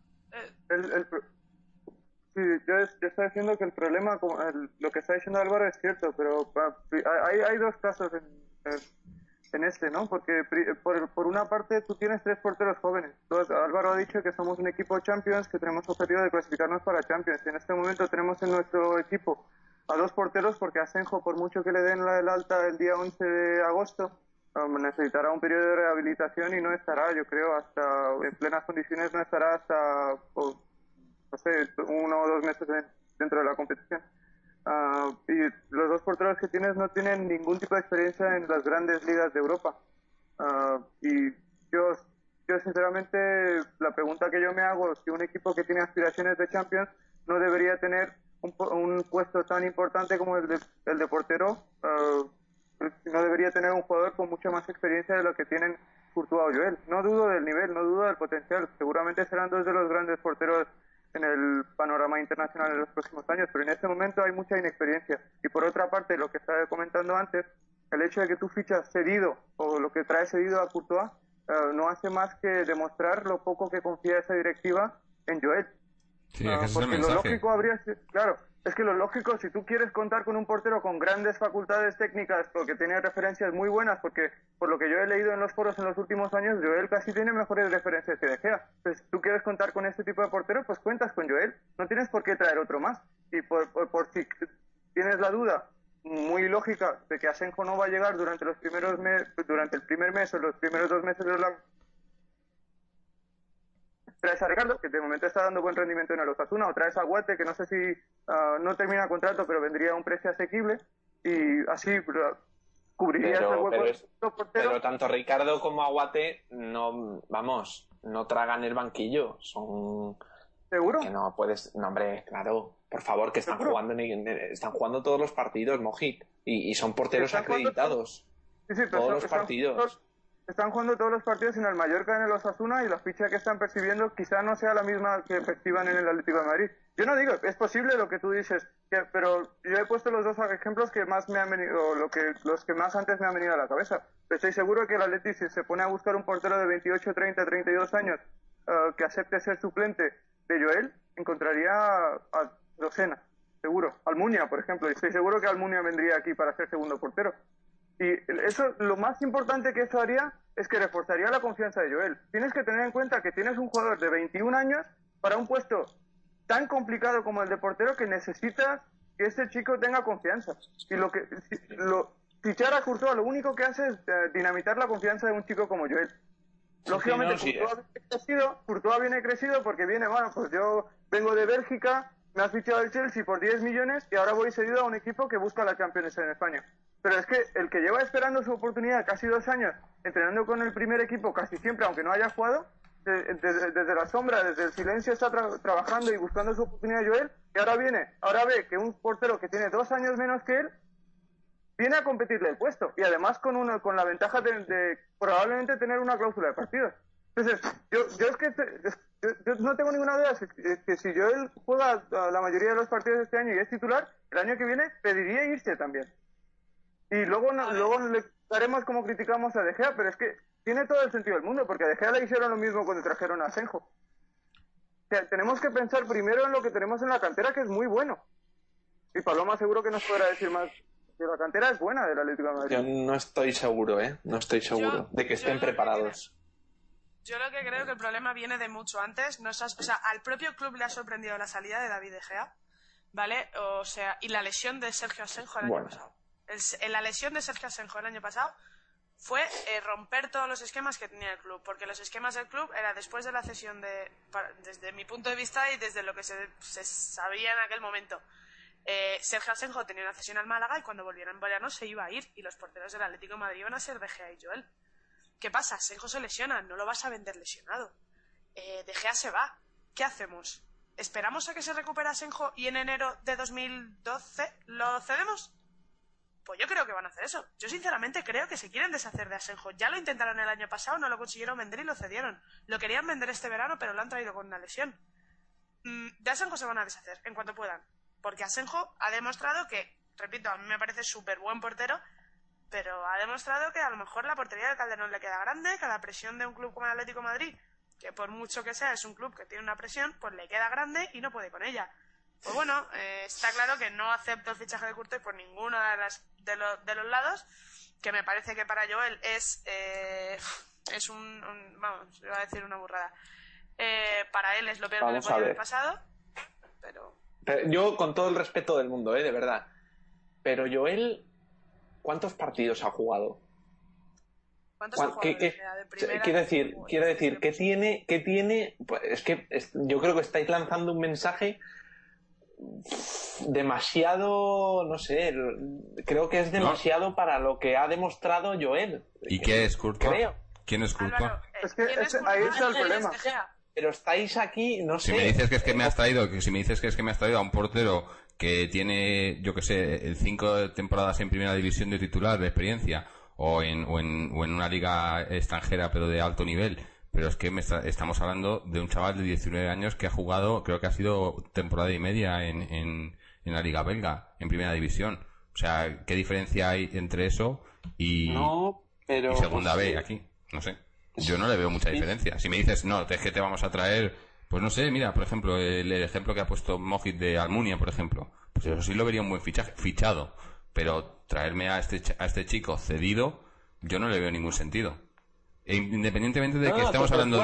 Sí, yo estoy diciendo que el problema, lo que está diciendo Álvaro es cierto, pero hay 2 casos en este, ¿no? Porque por una parte tú tienes 3 porteros jóvenes. Álvaro ha dicho que somos un equipo Champions, que tenemos objetivo de clasificarnos para Champions. Y en este momento tenemos en nuestro equipo a 2 porteros, porque Asenjo, por mucho que le den el alta el día 11 de agosto, necesitará un periodo de rehabilitación y no estará, yo creo, en plenas condiciones, no estará hasta, no sé, 1 o 2 meses dentro de la competición. Y los dos porteros que tienes no tienen ningún tipo de experiencia en las grandes ligas de Europa. Y yo sinceramente, la pregunta que yo me hago, si un equipo que tiene aspiraciones de Champions no debería tener un puesto tan importante como el de portero, no debería tener un jugador con mucha más experiencia de lo que tienen Courtois o Joel. No dudo del nivel, no dudo del potencial. Seguramente serán dos de los grandes porteros en el panorama internacional en los próximos años, pero en este momento hay mucha inexperiencia. Y por otra parte, lo que estaba comentando antes, el hecho de que tú fichas cedido o lo que trae cedido a Courtois no hace más que demostrar lo poco que confía esa directiva en Joel. Sí, es que ese es el Porque lo mensaje. lógico habría sido, claro, es que lo lógico, si tú quieres contar con un portero con grandes facultades técnicas, porque tiene referencias muy buenas, porque por lo que yo he leído en los foros en los últimos años, Joel casi tiene mejores referencias que De Gea. Entonces, si tú quieres contar con este tipo de portero, pues cuentas con Joel. No tienes por qué traer otro más. Y por si tienes la duda muy lógica de que Asenjo no va a llegar durante el primer mes o los primeros 2 meses de la... Traes a Ricardo, que de momento está dando buen rendimiento en el Osasuna, o traes a Guate, que no sé si no termina contrato, pero vendría a un precio asequible, y así cubrirías el hueco de los porteros. Pero tanto Ricardo como Aguate no tragan el banquillo. Son... ¿Seguro? Que no puedes... No, hombre, claro. Por favor, que están jugando todos los partidos, Mojit. Y son porteros acreditados. Sí, todos los partidos. Están jugando todos los partidos en el Mallorca, en el Osasuna, y la ficha que están percibiendo quizá no sea la misma que perciban en el Atlético de Madrid. Yo no digo, es posible lo que tú dices, pero yo he puesto los dos ejemplos que más me han venido, los que más antes me han venido a la cabeza. Pero estoy seguro que el Atlético, si se pone a buscar un portero de 28, 30, 32 años que acepte ser suplente de Joel, encontraría a Docena, seguro. Almunia, por ejemplo, y estoy seguro que Almunia vendría aquí para ser segundo portero. Y eso, lo más importante que eso haría es que reforzaría la confianza de Joel. Tienes que tener en cuenta que tienes un jugador de 21 años para un puesto tan complicado como el de portero, que necesitas que este chico tenga confianza. Y fichar a Courtois lo único que hace es dinamitar la confianza de un chico como Joel. Lógicamente, Courtois viene crecido porque viene, bueno, pues yo vengo de Bélgica, me has fichado el Chelsea por 10 millones y ahora voy cedido a un equipo que busca la Champions en España. Pero es que el que lleva esperando su oportunidad casi 2 años, entrenando con el primer equipo casi siempre, aunque no haya jugado, desde la sombra, desde el silencio está trabajando y buscando su oportunidad Joel, y ahora ve que un portero que tiene 2 años menos que él, viene a competirle el puesto, y además con la ventaja de probablemente tener una cláusula de partidos. Entonces, yo no tengo ninguna duda que si Joel juega la mayoría de los partidos de este año y es titular, el año que viene pediría irse también. Y luego le daremos como criticamos a De Gea, pero es que tiene todo el sentido del mundo, porque a De Gea le hicieron lo mismo cuando trajeron a Asenjo. O sea, tenemos que pensar primero en lo que tenemos en la cantera, que es muy bueno. Y Paloma seguro que nos podrá decir más, que la cantera es buena del Atlético de Madrid. Yo no estoy seguro, No estoy seguro de que estén preparados. Yo lo que creo que el problema viene de mucho antes. Al propio club le ha sorprendido la salida de David De Gea, ¿vale? O sea, y la lesión de Sergio Asenjo el año pasado. La lesión de Sergio Asenjo el año pasado fue romper todos los esquemas que tenía el club, porque los esquemas del club era después de la cesión desde mi punto de vista y desde lo que se sabía en aquel momento. Sergio Asenjo tenía una cesión al Málaga y cuando volviera en verano se iba a ir y los porteros del Atlético de Madrid iban a ser De Gea y Joel. ¿Qué pasa? Asenjo se lesiona, no lo vas a vender lesionado. De Gea se va. ¿Qué hacemos? ¿Esperamos a que se recupere Asenjo y en enero de 2012 lo cedemos? Pues yo creo que van a hacer eso. Yo sinceramente creo que se quieren deshacer de Asenjo. Ya lo intentaron el año pasado, no lo consiguieron vender y lo cedieron. Lo querían vender este verano, pero lo han traído con una lesión. De Asenjo se van a deshacer en cuanto puedan. Porque Asenjo ha demostrado que, repito, a mí me parece súper buen portero, pero ha demostrado que a lo mejor la portería del Calderón le queda grande, que la presión de un club como el Atlético de Madrid, que por mucho que sea es un club que tiene una presión, pues le queda grande y no puede con ella. Pues bueno, está claro que no acepto el fichaje de Courtois por ninguno de los lados, que me parece que para Joel es vamos, iba a decir una burrada. Para él es lo peor que le podía haber pasado, pero yo, con todo el respeto del mundo, de verdad. Pero Joel, ¿cuántos partidos ha jugado? ¿Cuántos ha jugado de primera? Quiero decir, ¿qué tiene? Pues yo creo que estáis lanzando un mensaje demasiado, no sé, creo que es demasiado para lo que ha demostrado Joel. ¿Y qué es Courtois? Creo. ¿Quién es Courtois? Álvaro, Es que ¿quién es ahí Courtois? está el ¿Quién es problema. De Gea? Pero estáis aquí, no sé. Si me dices que es que me has traído, a un portero que tiene, yo que sé, 5 temporadas en primera división de titular de experiencia, o en una liga extranjera pero de alto nivel, pero es que estamos hablando de un chaval de 19 años que ha jugado, creo que ha sido temporada y media en la liga belga, en primera división. O sea, ¿qué diferencia hay entre eso y, No, pero y segunda pues, B aquí? No sé. Yo no le veo mucha diferencia. Si me dices, no, es que te vamos a traer, pues no sé, mira, por ejemplo, el ejemplo que ha puesto Mojit de Almunia, por ejemplo, pues eso sí lo vería un buen fichado, pero traerme a este chico cedido, yo no le veo ningún sentido. Independientemente de que estemos hablando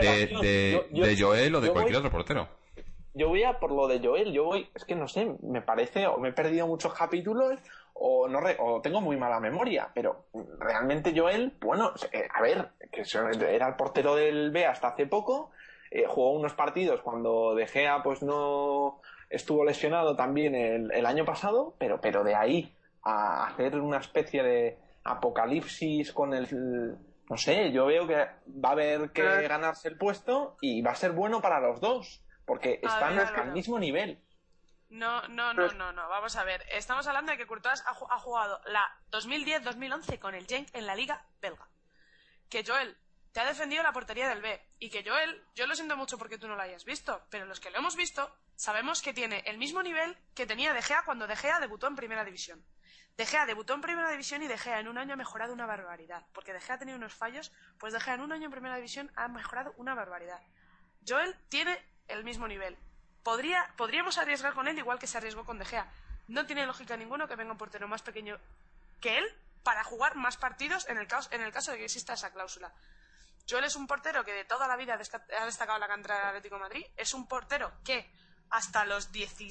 de Joel o de cualquier otro portero. Yo voy a por lo de Joel, es que no sé, me parece, o me he perdido muchos capítulos, o tengo muy mala memoria, pero realmente Joel, bueno, a ver, que era el portero del B hasta hace poco, jugó unos partidos cuando De Gea pues no estuvo lesionado también el año pasado, pero de ahí a hacer una especie de apocalipsis con no sé, yo veo que va a haber que ganarse el puesto y va a ser bueno para los dos, porque están al mismo nivel. No, vamos a ver. Estamos hablando de que Courtois ha jugado la 2010-2011 con el Genk en la liga belga. Que Joel te ha defendido la portería del B. Y que Joel, yo lo siento mucho porque tú no lo hayas visto, pero los que lo hemos visto sabemos que tiene el mismo nivel que tenía De Gea cuando De Gea debutó en Primera División. De Gea debutó en Primera División y De Gea en un año ha mejorado una barbaridad. Porque De Gea ha tenido unos fallos, pues De Gea en un año en Primera División ha mejorado una barbaridad. Joel tiene el mismo nivel. Podríamos arriesgar con él igual que se arriesgó con De Gea. No tiene lógica ninguno que venga un portero más pequeño que él para jugar más partidos en el caso de que exista esa cláusula. Joel es un portero que de toda la vida ha destacado en la cantera del Atlético de Madrid. Es un portero que hasta los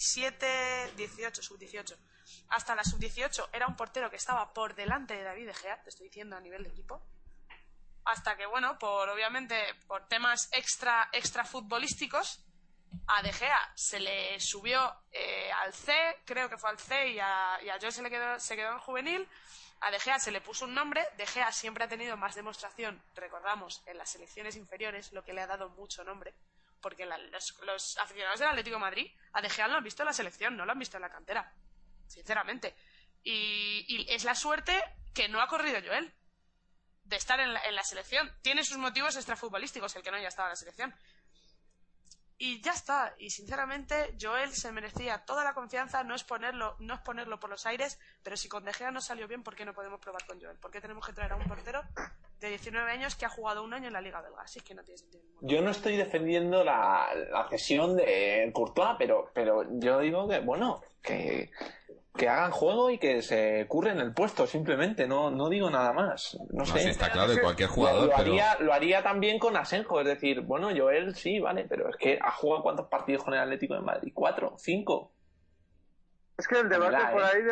sub-18, hasta la sub-18 era un portero que estaba por delante de David De Gea, te estoy diciendo a nivel de equipo. Hasta que, bueno, obviamente por temas extra futbolísticos, a De Gea se le subió al C, creo que fue al C, y a Joel se quedó en juvenil. A De Gea se le puso un nombre. De Gea siempre ha tenido más demostración, recordamos, en las selecciones inferiores, lo que le ha dado mucho nombre, porque los aficionados del Atlético de Madrid a De Gea lo han visto en la selección, no lo han visto en la cantera, sinceramente. Y es la suerte que no ha corrido Joel de estar en la selección. Tiene sus motivos extrafutbolísticos el que no haya estado en la selección. Y ya está. Y sinceramente Joel se merecía toda la confianza. No es ponerlo por los aires, pero si con De Gea no salió bien, ¿por qué no podemos probar con Joel? ¿Por qué tenemos que traer a un portero de 19 años que ha jugado un año en la Liga Belga? Así es que no tiene sentido. Yo no estoy defendiendo la cesión de Courtois, pero yo digo que, bueno, que hagan juego y que se curren el puesto, simplemente, no digo nada más. No sé. Sí, está claro, de cualquier jugador. Lo haría también con Asenjo, es decir, bueno, Joel sí, vale, pero es que ha jugado ¿cuántos partidos con el Atlético de Madrid? ¿4? ¿5? Es que el debate por ahí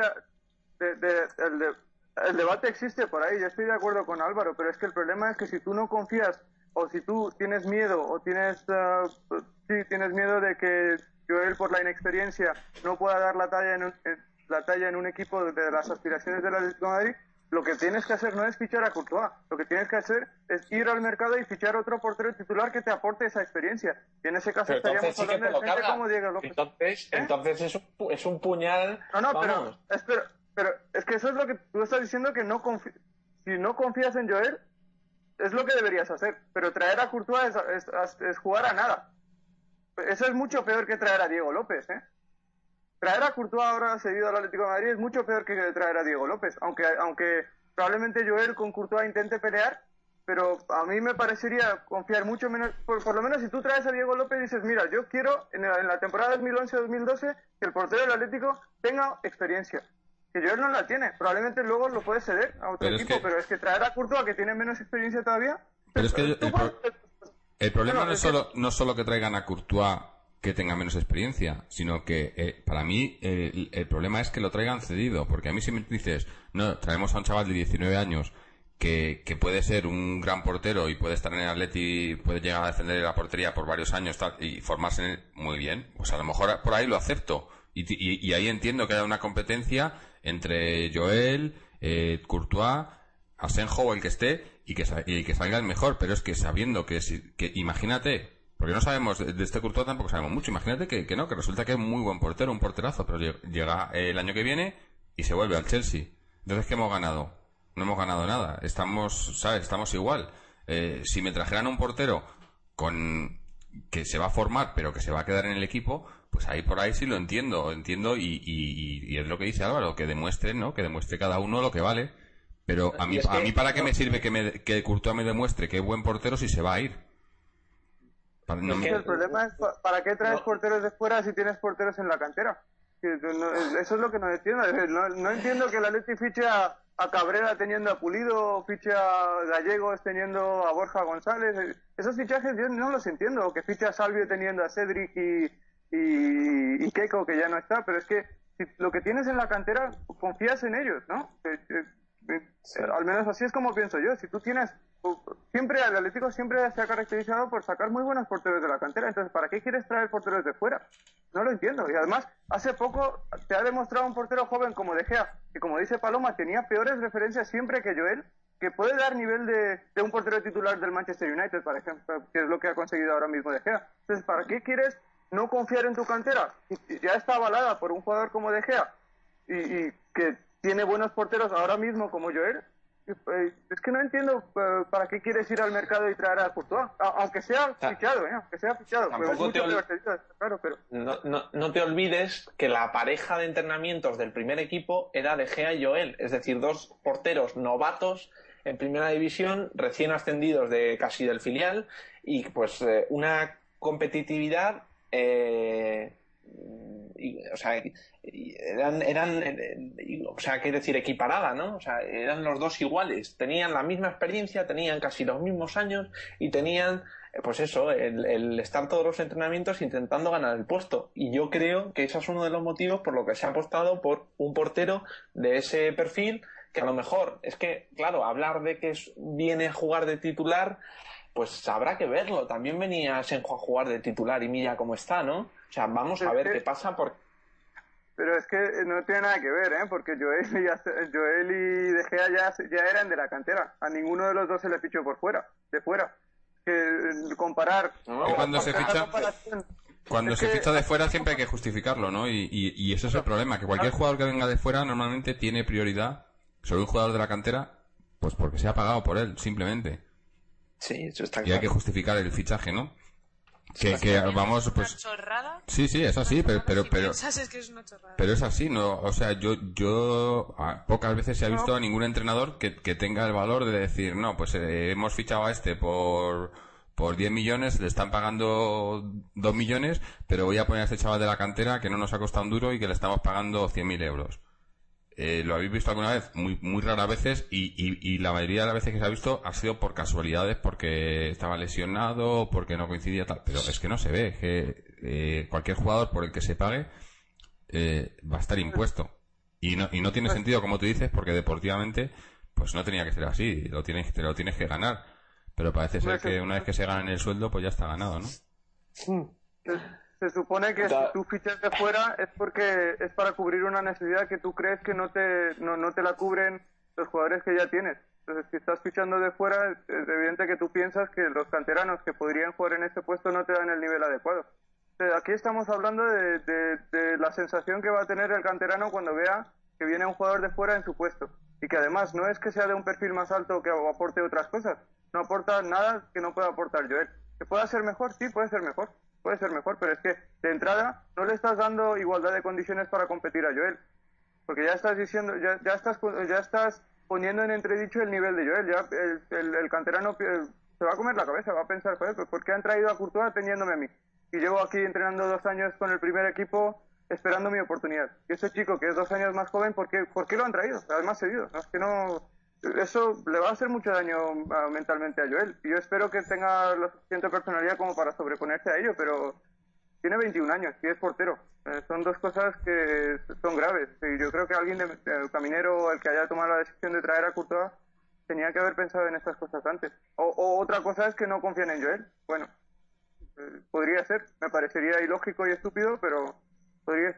el debate existe por ahí. Yo estoy de acuerdo con Álvaro, pero es que el problema es que si tú no confías, o si tú tienes miedo, o tienes miedo de que Joel, por la inexperiencia, no pueda dar la talla en un equipo de las aspiraciones del Atlético de Madrid, lo que tienes que hacer no es fichar a Courtois. Lo que tienes que hacer es ir al mercado y fichar otro portero titular que te aporte esa experiencia. Y en ese caso pero estaríamos hablando de gente como Diego López. Entonces es un puñal. No, pero es que eso es lo que tú estás diciendo, que si no confías en Joel, es lo que deberías hacer. Pero traer a Courtois es jugar a nada. Eso es mucho peor que traer a Diego López, ¿eh? Traer a Courtois ahora cedido al Atlético de Madrid es mucho peor que traer a Diego López, aunque probablemente Joel con Courtois intente pelear, pero a mí me parecería confiar mucho menos, por lo menos si tú traes a Diego López y dices, mira, yo quiero en la temporada 2011-2012 que el portero del Atlético tenga experiencia, que Joel no la tiene, probablemente luego lo puede ceder a otro equipo, pero es que traer a Courtois, que tiene menos experiencia todavía... Pero es que el problema no es solo que traigan a Courtois que tenga menos experiencia, sino que para mí el problema es que lo traigan cedido, porque a mí si me dices, no, traemos a un chaval de 19 años que puede ser un gran portero y puede estar en el Atleti, puede llegar a defender la portería por varios años y formarse en él muy bien, pues a lo mejor por ahí lo acepto, Y ahí entiendo que haya una competencia entre Joel, Courtois, Asenjo o el que esté, y que salga el mejor, pero es que sabiendo que imagínate, porque no sabemos de este Courtois, tampoco sabemos mucho, imagínate que resulta que es muy buen portero, un porterazo, pero llega el año que viene y se vuelve al Chelsea. Entonces, ¿qué hemos ganado? No hemos ganado nada, estamos igual. Si me trajeran un portero que se va a formar pero que se va a quedar en el equipo, pues ahí por ahí sí lo entiendo y es lo que dice Álvaro, que demuestre, ¿no? Que demuestre cada uno lo que vale. Pero a mí ¿para qué me sirve que Courtois me demuestre que es buen portero si se va a ir? El problema es ¿para qué traes porteros de fuera si tienes porteros en la cantera? Eso es lo que no entiendo. No entiendo que el Atleti fiche a Cabrera teniendo a Pulido, fiche a Gallegos teniendo a Borja González. Esos fichajes yo no los entiendo. O que fiche a Salvio teniendo a Cedric y Keiko, que ya no está. Pero es que si lo que tienes en la cantera, confías en ellos, ¿no? Al menos así es como pienso yo. Si tú tienes... Siempre el Atlético siempre se ha caracterizado por sacar muy buenos porteros de la cantera. Entonces, ¿para qué quieres traer porteros de fuera? No lo entiendo. Y además, hace poco te ha demostrado un portero joven como De Gea, que como dice Paloma, tenía peores referencias siempre que Joel, que puede dar nivel de un portero titular del Manchester United, por ejemplo, que es lo que ha conseguido ahora mismo De Gea. Entonces, ¿para qué quieres no confiar en tu cantera? Ya está avalada por un jugador como De Gea y que tiene buenos porteros ahora mismo como Joel. Es que no entiendo para qué quieres ir al mercado y traer a Courtois, aunque sea fichado, claro, pero no te olvides que la pareja de entrenamientos del primer equipo era De Gea y Joel, es decir, dos porteros novatos en primera división, recién ascendidos de casi del filial, y pues una competitividad quiero decir, equiparada, ¿no? O sea, eran los dos iguales, tenían la misma experiencia, tenían casi los mismos años y tenían, pues eso, el estar todos los entrenamientos intentando ganar el puesto. Y yo creo que ese es uno de los motivos por lo que se ha apostado por un portero de ese perfil, que a lo mejor, es que, claro, hablar de que viene a jugar de titular, pues habrá que verlo. También venía Asenjo a jugar de titular y mira cómo está, ¿no? O sea, vamos a ver qué pasa Pero es que no tiene nada que ver, ¿eh? Porque Joel y De Gea ya eran de la cantera. A ninguno de los dos se le fichó de fuera. Que comparar... No, cuando se ficha de fuera siempre hay que justificarlo, ¿no? Y ese es el problema, que cualquier jugador que venga de fuera normalmente tiene prioridad sobre un jugador de la cantera, pues porque se ha pagado por él, simplemente. Sí, eso está claro. Y hay que justificar el fichaje, ¿no? Que vamos, pues... ¿Una chorrada? Sí, es así, pero Es que es una chorrada. Pero es así, ¿no? O sea, yo pocas veces se ha visto a ningún entrenador que tenga el valor de decir, no, pues hemos fichado a este por 10 millones, le están pagando 2 millones, pero voy a poner a este chaval de la cantera que no nos ha costado un duro y que le estamos pagando 100.000 euros. ¿Lo habéis visto alguna vez? Muy raras veces y la mayoría de las veces que se ha visto ha sido por casualidades, porque estaba lesionado, porque no coincidía tal, pero es que no se ve, que cualquier jugador por el que se pague va a estar impuesto y no tiene sentido, como tú dices, porque deportivamente pues no tenía que ser así, te lo tienes que ganar, pero parece ser que una vez que se gana el sueldo pues ya está ganado, ¿no? Se supone que si tú fichas de fuera es porque es para cubrir una necesidad que tú crees que no te la cubren los jugadores que ya tienes. Entonces, si estás fichando de fuera, es evidente que tú piensas que los canteranos que podrían jugar en este puesto no te dan el nivel adecuado. Aquí estamos hablando de la sensación que va a tener el canterano cuando vea que viene un jugador de fuera en su puesto. Y que además no es que sea de un perfil más alto que aporte otras cosas. No aporta nada que no pueda aportar Joel. ¿Que pueda ser mejor? Sí, puede ser mejor. Puede ser mejor, pero es que de entrada no le estás dando igualdad de condiciones para competir a Joel. Porque ya estás diciendo, ya estás poniendo en entredicho el nivel de Joel. Ya el canterano se va a comer la cabeza, va a pensar, joder, pues ¿por qué han traído a Courtois teniéndome a mí? Y llevo aquí entrenando 2 años con el primer equipo esperando mi oportunidad. Y ese chico que es 2 años más joven, ¿por qué lo han traído? Además cedido. No, es que no... Eso le va a hacer mucho daño mentalmente a Joel. Y yo espero que tenga la suficiente personalidad como para sobreponerse a ello, pero tiene 21 años y es portero. Son dos cosas que son graves. Y yo creo que alguien de Caminero, el que haya tomado la decisión de traer a Courtois, tenía que haber pensado en estas cosas antes. O otra cosa es que no confían en Joel. Bueno, podría ser. Me parecería ilógico y estúpido, pero podría ser.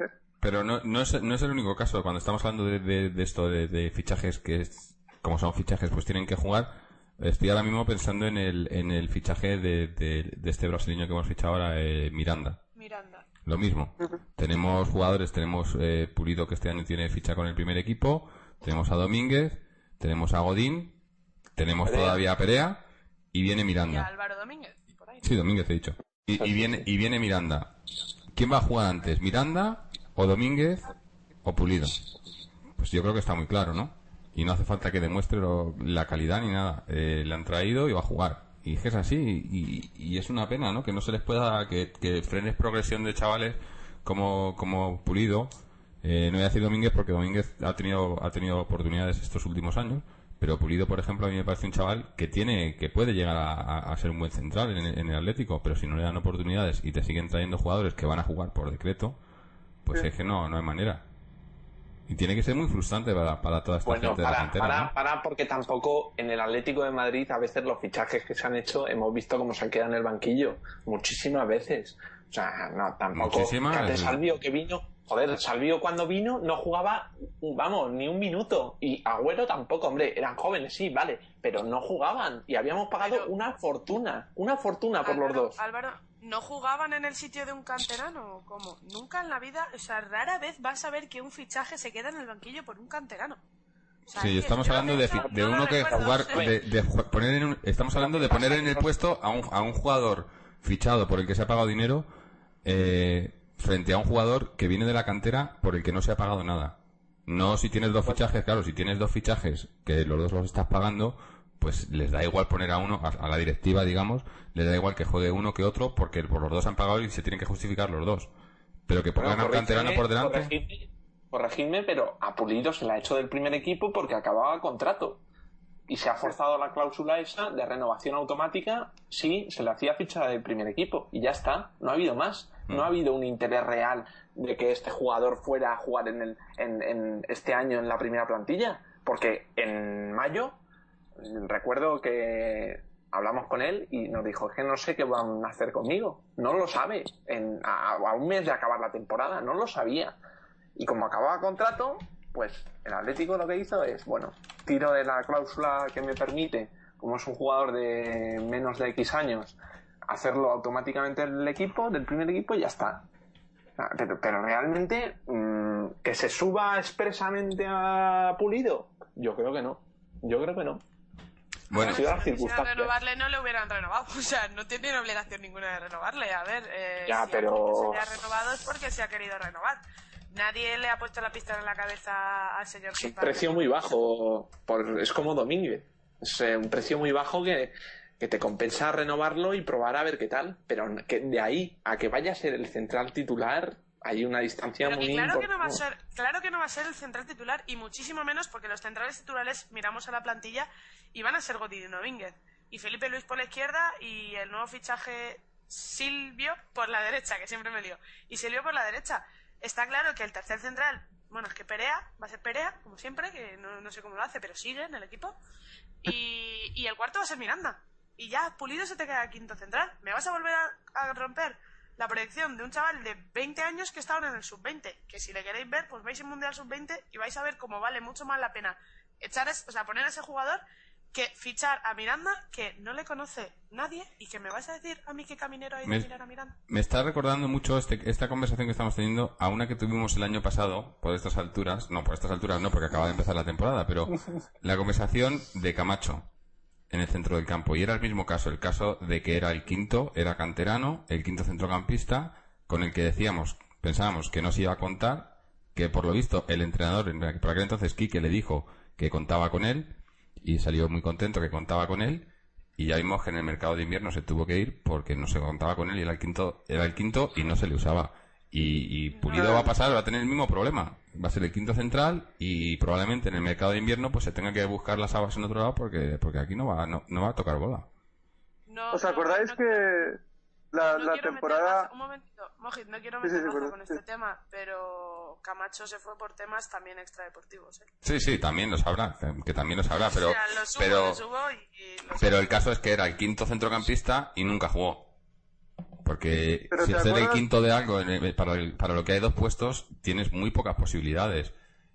Pero no es el único caso. Cuando estamos hablando de esto, de fichajes como son fichajes, pues tienen que jugar. Estoy ahora mismo pensando en el fichaje de este brasileño que hemos fichado ahora, Miranda. Lo mismo. Tenemos jugadores, tenemos Pulido, que este año tiene ficha con el primer equipo, tenemos a Domínguez, tenemos a Godín, tenemos todavía a Perea, y viene Miranda. ¿Y a Álvaro Domínguez? Por ahí. Sí, Domínguez he dicho. Y viene Miranda. ¿Quién va a jugar antes? ¿Miranda o Domínguez o Pulido? Pues yo creo que está muy claro, ¿no? Y no hace falta que demuestre la calidad ni nada. Le han traído y va a jugar. Y es así, y es una pena, ¿no? Que no se les pueda, que frenes progresión de chavales como Pulido. No voy a decir Domínguez porque Domínguez ha tenido oportunidades estos últimos años, pero Pulido, por ejemplo, a mí me parece un chaval que puede llegar a ser un buen central en el Atlético, pero si no le dan oportunidades y te siguen trayendo jugadores que van a jugar por decreto, pues es que no hay manera. Y tiene que ser muy frustrante para toda esta gente de la cantera, ¿no? Porque tampoco en el Atlético de Madrid a veces los fichajes que se han hecho hemos visto cómo se queda en el banquillo muchísimas veces. O sea, no, tampoco. Muchísimas. Salvio que vino, Salvio cuando vino no jugaba, ni un minuto. Y Agüero tampoco, hombre, eran jóvenes, sí, vale, pero no jugaban y habíamos pagado una fortuna por los dos. Álvaro, ¿no jugaban en el sitio de un canterano? ¿Cómo? Nunca en la vida, o sea, rara vez vas a ver que un fichaje se queda en el banquillo por un canterano. O sea, sí, estamos hablando de uno que jugar, estamos hablando de poner en el puesto a un jugador fichado por el que se ha pagado dinero, frente a un jugador que viene de la cantera por el que no se ha pagado nada. No si tienes dos fichajes, claro, si tienes dos fichajes que los dos los estás pagando, pues les da igual poner a uno, a la directiva, digamos, les da igual que juegue uno que otro porque por los dos han pagado y se tienen que justificar los dos. Pero que pongan a un canterano por delante. Corregidme, pero a Pulido se le ha hecho del primer equipo porque acababa contrato. Y se ha forzado la cláusula esa de renovación automática si se le hacía ficha del primer equipo. Y ya está, no ha habido más. No ha habido un interés real de que este jugador fuera a jugar en este año en la primera plantilla. Porque en mayo, recuerdo que hablamos con él y nos dijo, es que no sé qué van a hacer conmigo. No lo sabe. A un mes de acabar la temporada, no lo sabía. Y como acababa contrato, pues el Atlético lo que hizo es, tiro de la cláusula que me permite, como es un jugador de menos de X años, hacerlo automáticamente del primer equipo y ya está. Pero realmente, que se suba expresamente a Pulido, yo creo que no. Bueno, si quisiera renovarle no le hubieran renovado, o sea, no tienen obligación ninguna de renovarle. A ver, pero se le ha renovado es porque se ha querido renovar. Nadie le ha puesto la pistola en la cabeza al señor. Es un precio muy bajo, es como Domínguez. Es un precio muy bajo que te compensa renovarlo y probar a ver qué tal. Pero que de ahí a que vaya a ser el central titular hay una distancia muy importante. Claro que no va a ser el central titular y muchísimo menos porque los centrales titulares miramos a la plantilla y van a ser Godín y Domínguez. Y Felipe Luis por la izquierda y el nuevo fichaje Silvio por la derecha, que siempre me lío. Y Silvio por la derecha. Está claro que el tercer central, es que Perea, va a ser Perea, como siempre, que no sé cómo lo hace, pero sigue en el equipo. Y el cuarto va a ser Miranda. Y ya Pulido se te queda quinto central. ¿Me vas a volver a romper la proyección de un chaval de 20 años que está ahora en el sub-20? Que si le queréis ver, pues vais en Mundial Sub-20 y vais a ver cómo vale mucho más la pena poner a ese jugador que fichar a Miranda, que no le conoce nadie, y que me vas a decir a mí que Caminero hay de mirar a Miranda. Me está recordando mucho esta conversación que estamos teniendo a una que tuvimos el año pasado, por estas alturas no, porque acaba de empezar la temporada, pero la conversación de Camacho en el centro del campo, y era el mismo caso, el caso de que era era canterano, el quinto centrocampista, con el que pensábamos que no se iba a contar, que por lo visto el entrenador, por aquel entonces Quique, le dijo que contaba con él, y salió muy contento que contaba con él, y ya vimos que en el mercado de invierno se tuvo que ir porque no se contaba con él y era el quinto y no se le usaba. Y Pulido va a tener el mismo problema. Va a ser el quinto central y probablemente en el mercado de invierno pues se tenga que buscar las habas en otro lado porque aquí no va a tocar bola. ¿Os acordáis que la temporada... Un momentito, Mojit, no quiero meter baza con este tema, pero Camacho se fue por temas también extradeportivos, ¿eh? Sí, también lo sabrá, pero... O sea, lo subo pero el caso es que era el quinto centrocampista y nunca jugó. Porque Pero si ¿te ser el acuerdas? quinto de algo para lo que hay 2 puestos, tienes muy pocas posibilidades.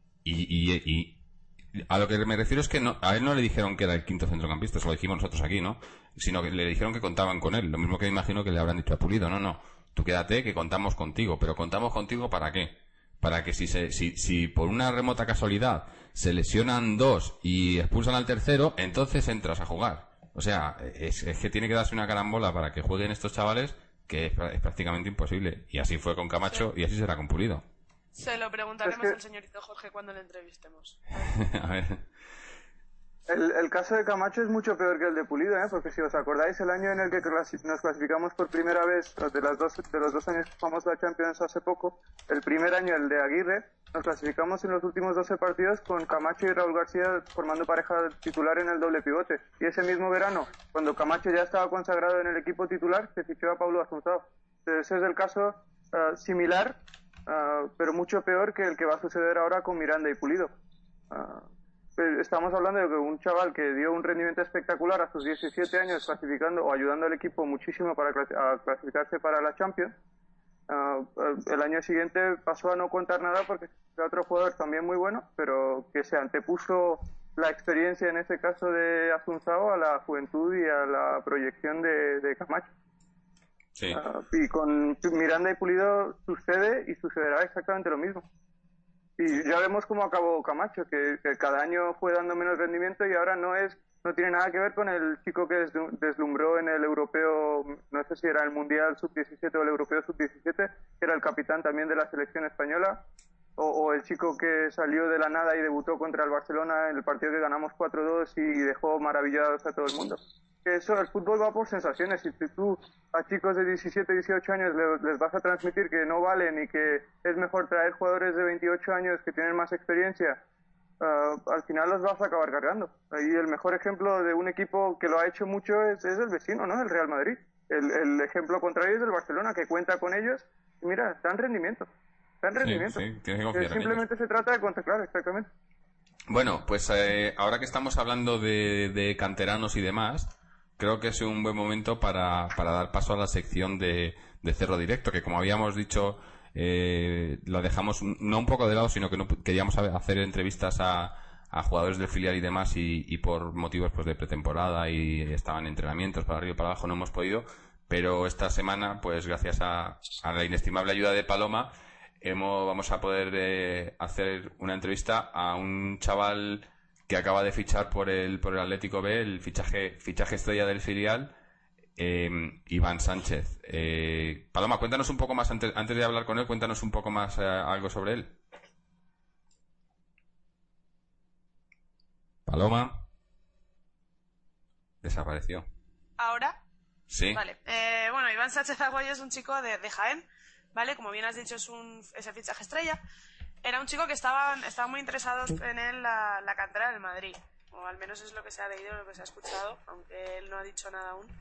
Y a lo que me refiero es que a él no le dijeron que era el quinto centrocampista, eso lo dijimos nosotros aquí, ¿no? Sino que le dijeron que contaban con él. Lo mismo que me imagino que le habrán dicho a Pulido. No, no. Tú quédate, que contamos contigo. Pero ¿contamos contigo para qué? Para que si por una remota casualidad se lesionan 2 y expulsan al tercero, entonces entras a jugar. O sea, es que tiene que darse una carambola para que jueguen estos chavales, que es prácticamente imposible. Y así fue con Camacho y así será con Pulido. Se lo preguntaremos Es que- al señorito Jorge cuando le entrevistemos. A ver. El caso de Camacho es mucho peor que el de Pulido, ¿eh? Porque si os acordáis, el año en el que nos clasificamos por primera vez, de los 2 años que jugamos la Champions hace poco, el primer año, el de Aguirre, nos clasificamos en los últimos 12 partidos con Camacho y Raúl García formando pareja titular en el doble pivote. Y ese mismo verano, cuando Camacho ya estaba consagrado en el equipo titular, se fichó a Paulo Asunzao. Ese es el caso similar, pero mucho peor que el que va a suceder ahora con Miranda y Pulido. Estamos hablando de que un chaval que dio un rendimiento espectacular a sus 17 años clasificando o ayudando al equipo muchísimo para clasificarse para la Champions, el año siguiente pasó a no contar nada porque era otro jugador también muy bueno, pero que se antepuso la experiencia en este caso de Asunzao a la juventud y a la proyección de Camacho. Sí. Y con Miranda y Pulido sucede y sucederá exactamente lo mismo. Y ya vemos cómo acabó Camacho, que cada año fue dando menos rendimiento y ahora no tiene nada que ver con el chico que deslumbró en el europeo, no sé si era el Mundial Sub-17 o el Europeo Sub-17, que era el capitán también de la selección española, o el chico que salió de la nada y debutó contra el Barcelona en el partido que ganamos 4-2 y dejó maravillados a todo el mundo. Que eso, el fútbol va por sensaciones. Si tú a chicos de 17, 18 años les vas a transmitir que no valen y que es mejor traer jugadores de 28 años que tienen más experiencia, al final los vas a acabar cargando. Y el mejor ejemplo de un equipo que lo ha hecho mucho es el vecino, ¿no? El Real Madrid. El ejemplo contrario es el Barcelona, que cuenta con ellos y mira, está en rendimiento. Está en rendimiento. Sí, tienes que confiar en Simplemente se trata de contar, claro, exactamente. Bueno, pues ahora que estamos hablando de canteranos y demás, creo que es un buen momento para dar paso a la sección de Cerro Directo, que como habíamos dicho, la dejamos no un poco de lado, sino que no queríamos hacer entrevistas a jugadores del filial y demás, y por motivos pues de pretemporada y estaban en entrenamientos para arriba y para abajo no hemos podido, pero esta semana, pues gracias a la inestimable ayuda de Paloma, vamos a poder hacer una entrevista a un chaval que acaba de fichar por el Atlético B, el fichaje estrella del filial, Iván Sánchez. Paloma, cuéntanos un poco más, antes de hablar con él, cuéntanos un poco más algo sobre él. Paloma. Desapareció. ¿Ahora? Sí. Vale. Bueno, Iván Sánchez Aguayo es un chico de Jaén, ¿vale? Como bien has dicho, es el fichaje estrella. Era un chico que estaban muy interesados en él la cantera del Madrid. O al menos es lo que se ha leído, lo que se ha escuchado, aunque él no ha dicho nada aún.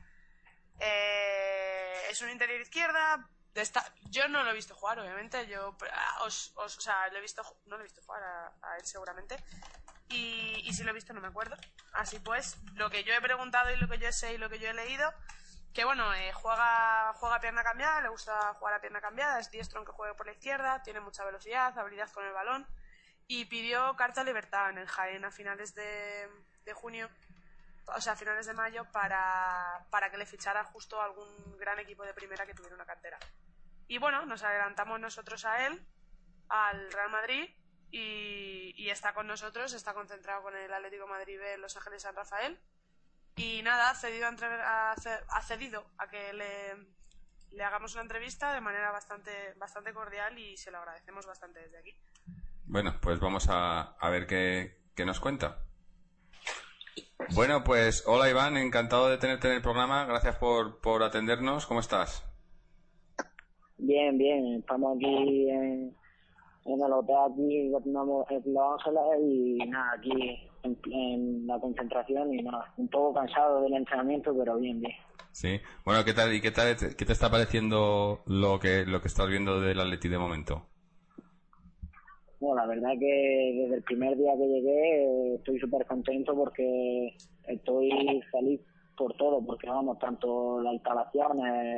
Es un interior izquierda. Yo no lo he visto jugar, obviamente. O sea, no lo he visto jugar a él seguramente. Y si lo he visto no me acuerdo. Así pues, lo que yo he preguntado y lo que yo sé y lo que yo he leído, que bueno, juega a pierna cambiada, le gusta jugar a pierna cambiada, es diestro aunque juegue por la izquierda, tiene mucha velocidad, habilidad con el balón, y pidió carta libertad en el Jaén a finales de junio, o sea, a finales de mayo, para que le fichara justo algún gran equipo de primera que tuviera una cantera. Y bueno, nos adelantamos nosotros a él, al Real Madrid, y está con nosotros, está concentrado con el Atlético de Madrid B en Los Ángeles San Rafael. Y nada, ha cedido a que le hagamos una entrevista de manera bastante cordial y se lo agradecemos bastante desde aquí. Bueno, pues vamos a ver qué nos cuenta. Bueno, pues hola Iván, encantado de tenerte en el programa, gracias por atendernos, ¿cómo estás? Bien, estamos aquí en el hotel aquí en Los Ángeles y nada, aquí en la concentración y nada, un poco cansado del entrenamiento, pero bien. Sí, bueno, ¿qué te está pareciendo lo que estás viendo del Atleti de momento? Bueno, la verdad que desde el primer día que llegué estoy súper contento porque estoy feliz por todo, porque vamos, tanto las instalaciones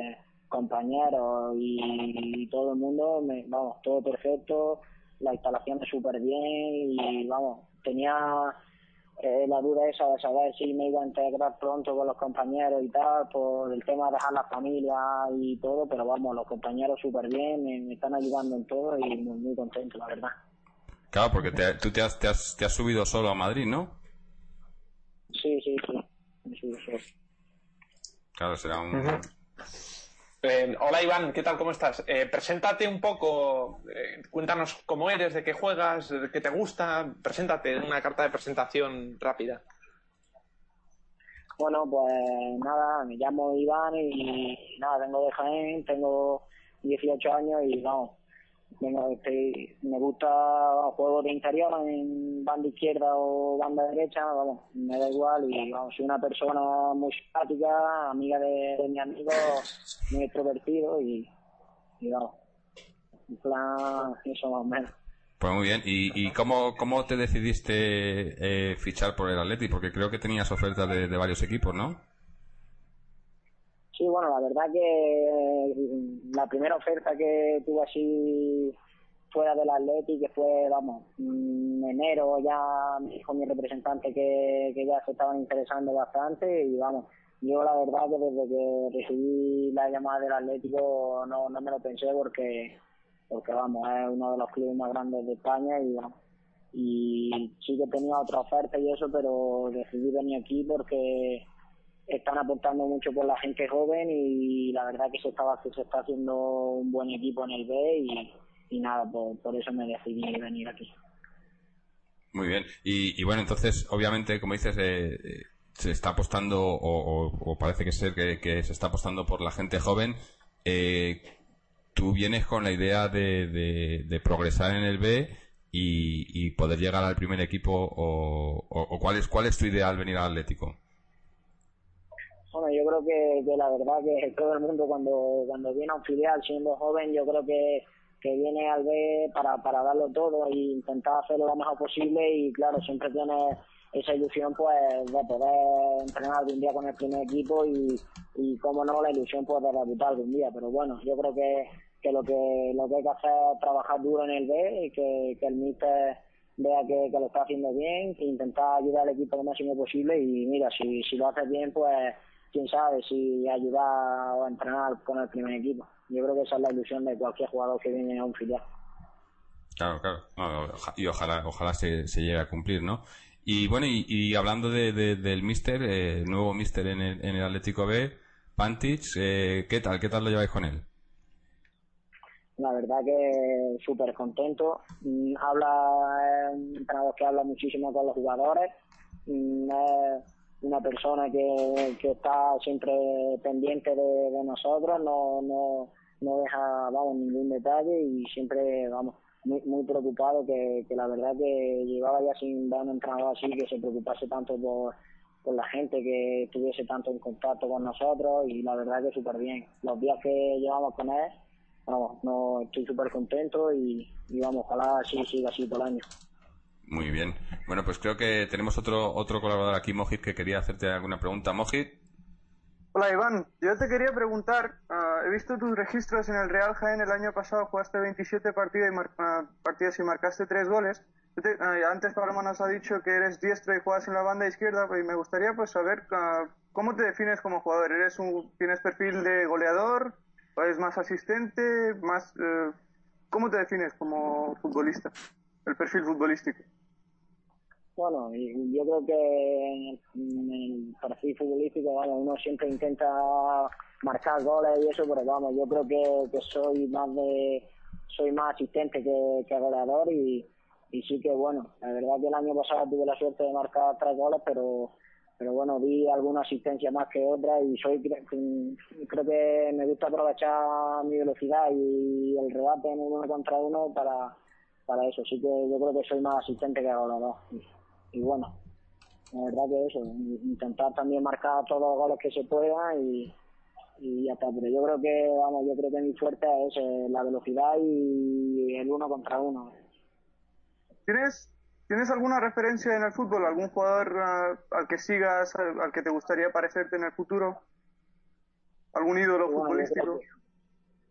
compañeros y todo el mundo, vamos, todo perfecto, la instalación es súper bien y vamos, tenía la duda esa de saber si me iba a integrar pronto con los compañeros y tal, por el tema de dejar la familia y todo, pero vamos, los compañeros súper bien, me están ayudando en todo y muy, muy contento, la verdad. Claro, porque tú te has subido solo a Madrid, ¿no? Sí, me subo solo. Claro, será un... Hola Iván, ¿qué tal? ¿Cómo estás? Preséntate un poco, cuéntanos cómo eres, de qué juegas, de qué te gusta, preséntate en una carta de presentación rápida. Bueno, pues nada, me llamo Iván y nada, vengo de Jaén, tengo 18 años y vamos, me gusta juegos de interior en banda izquierda o banda derecha, vamos, me da igual y vamos, soy una persona muy simpática, amiga de mi amigo, muy extrovertido y vamos, en plan, eso más o menos. Pues muy bien. ¿Y cómo te decidiste fichar por el Atleti? Porque creo que tenías ofertas de varios equipos, ¿no? Sí, bueno, la verdad que la primera oferta que tuve así fuera del Atleti, que fue, vamos, en enero ya me dijo mi representante que ya se estaban interesando bastante y vamos, yo la verdad que desde que recibí la llamada del Atlético no me lo pensé porque vamos, es uno de los clubes más grandes de España y vamos, y sí que tenía otra oferta y eso, pero decidí venir aquí porque están aportando mucho por la gente joven y la verdad que se está haciendo un buen equipo en el B y nada, por eso me decidí venir aquí. Muy bien. Y bueno, entonces, obviamente, como dices, se está apostando, o parece que ser que se está apostando por la gente joven. Tú vienes con la idea de progresar en el B y poder llegar al primer equipo, o ¿cuál es tu idea al venir al Atlético? Bueno, yo creo que la verdad que todo el mundo cuando viene a un filial siendo joven, yo creo que viene al B para darlo todo e intentar hacerlo lo mejor posible y claro, siempre tiene esa ilusión pues de poder entrenar algún día con el primer equipo y cómo no, la ilusión pues de debutar algún día, pero bueno, yo creo que lo que hay que hacer es trabajar duro en el B y que el míster vea que lo está haciendo bien, que intentar ayudar al equipo lo máximo posible y mira, si lo haces bien pues quién sabe si ayudar o entrenar con el primer equipo. Yo creo que esa es la ilusión de cualquier jugador que viene a un filial. Claro, claro. No, y ojalá se llegue a cumplir, ¿no? Y bueno, y hablando del míster, nuevo míster en el Atlético B, Pantic, ¿qué tal lo lleváis con él? La verdad que súper contento. Es un entrenador que habla muchísimo con los jugadores. Es una persona que está siempre pendiente de nosotros, no deja, vamos, ningún detalle y siempre, vamos, muy preocupado que la verdad que llevaba ya sin ver un entrenador así que se preocupase tanto por la gente, que estuviese tanto en contacto con nosotros y la verdad que súper bien. Los días que llevamos con él, vamos, no estoy súper contento y vamos, ojalá así siga así todo el año. Muy bien. Bueno, pues creo que tenemos otro colaborador aquí, Mojit, que quería hacerte alguna pregunta. Mojit. Hola Iván, yo te quería preguntar, he visto tus registros en el Real Jaén el año pasado, jugaste 27 partidos y marcaste 3 goles. Antes Paloma nos ha dicho que eres diestro y juegas en la banda izquierda, y me gustaría pues saber cómo te defines como jugador. ¿Tienes perfil de goleador? ¿O eres más asistente? ¿Cómo te defines como futbolista? El perfil futbolístico. Bueno, yo creo que en el perfil futbolístico, vamos, uno siempre intenta marcar goles y eso, pero vamos, yo creo que soy más asistente que goleador y sí que bueno, la verdad que el año pasado tuve la suerte de marcar 3 goles, pero bueno, di alguna asistencia más que otra y creo que me gusta aprovechar mi velocidad y el rebate en 1 contra 1 para eso, sí que yo creo que soy más asistente que goleador. Y bueno, la verdad que eso, intentar también marcar todos los goles que se pueda y ya está, pero yo creo que mi fuerte es la velocidad y el 1 contra 1. ¿Tienes alguna referencia en el fútbol? ¿Algún jugador al que sigas, al que te gustaría parecerte en el futuro? ¿Algún ídolo futbolístico?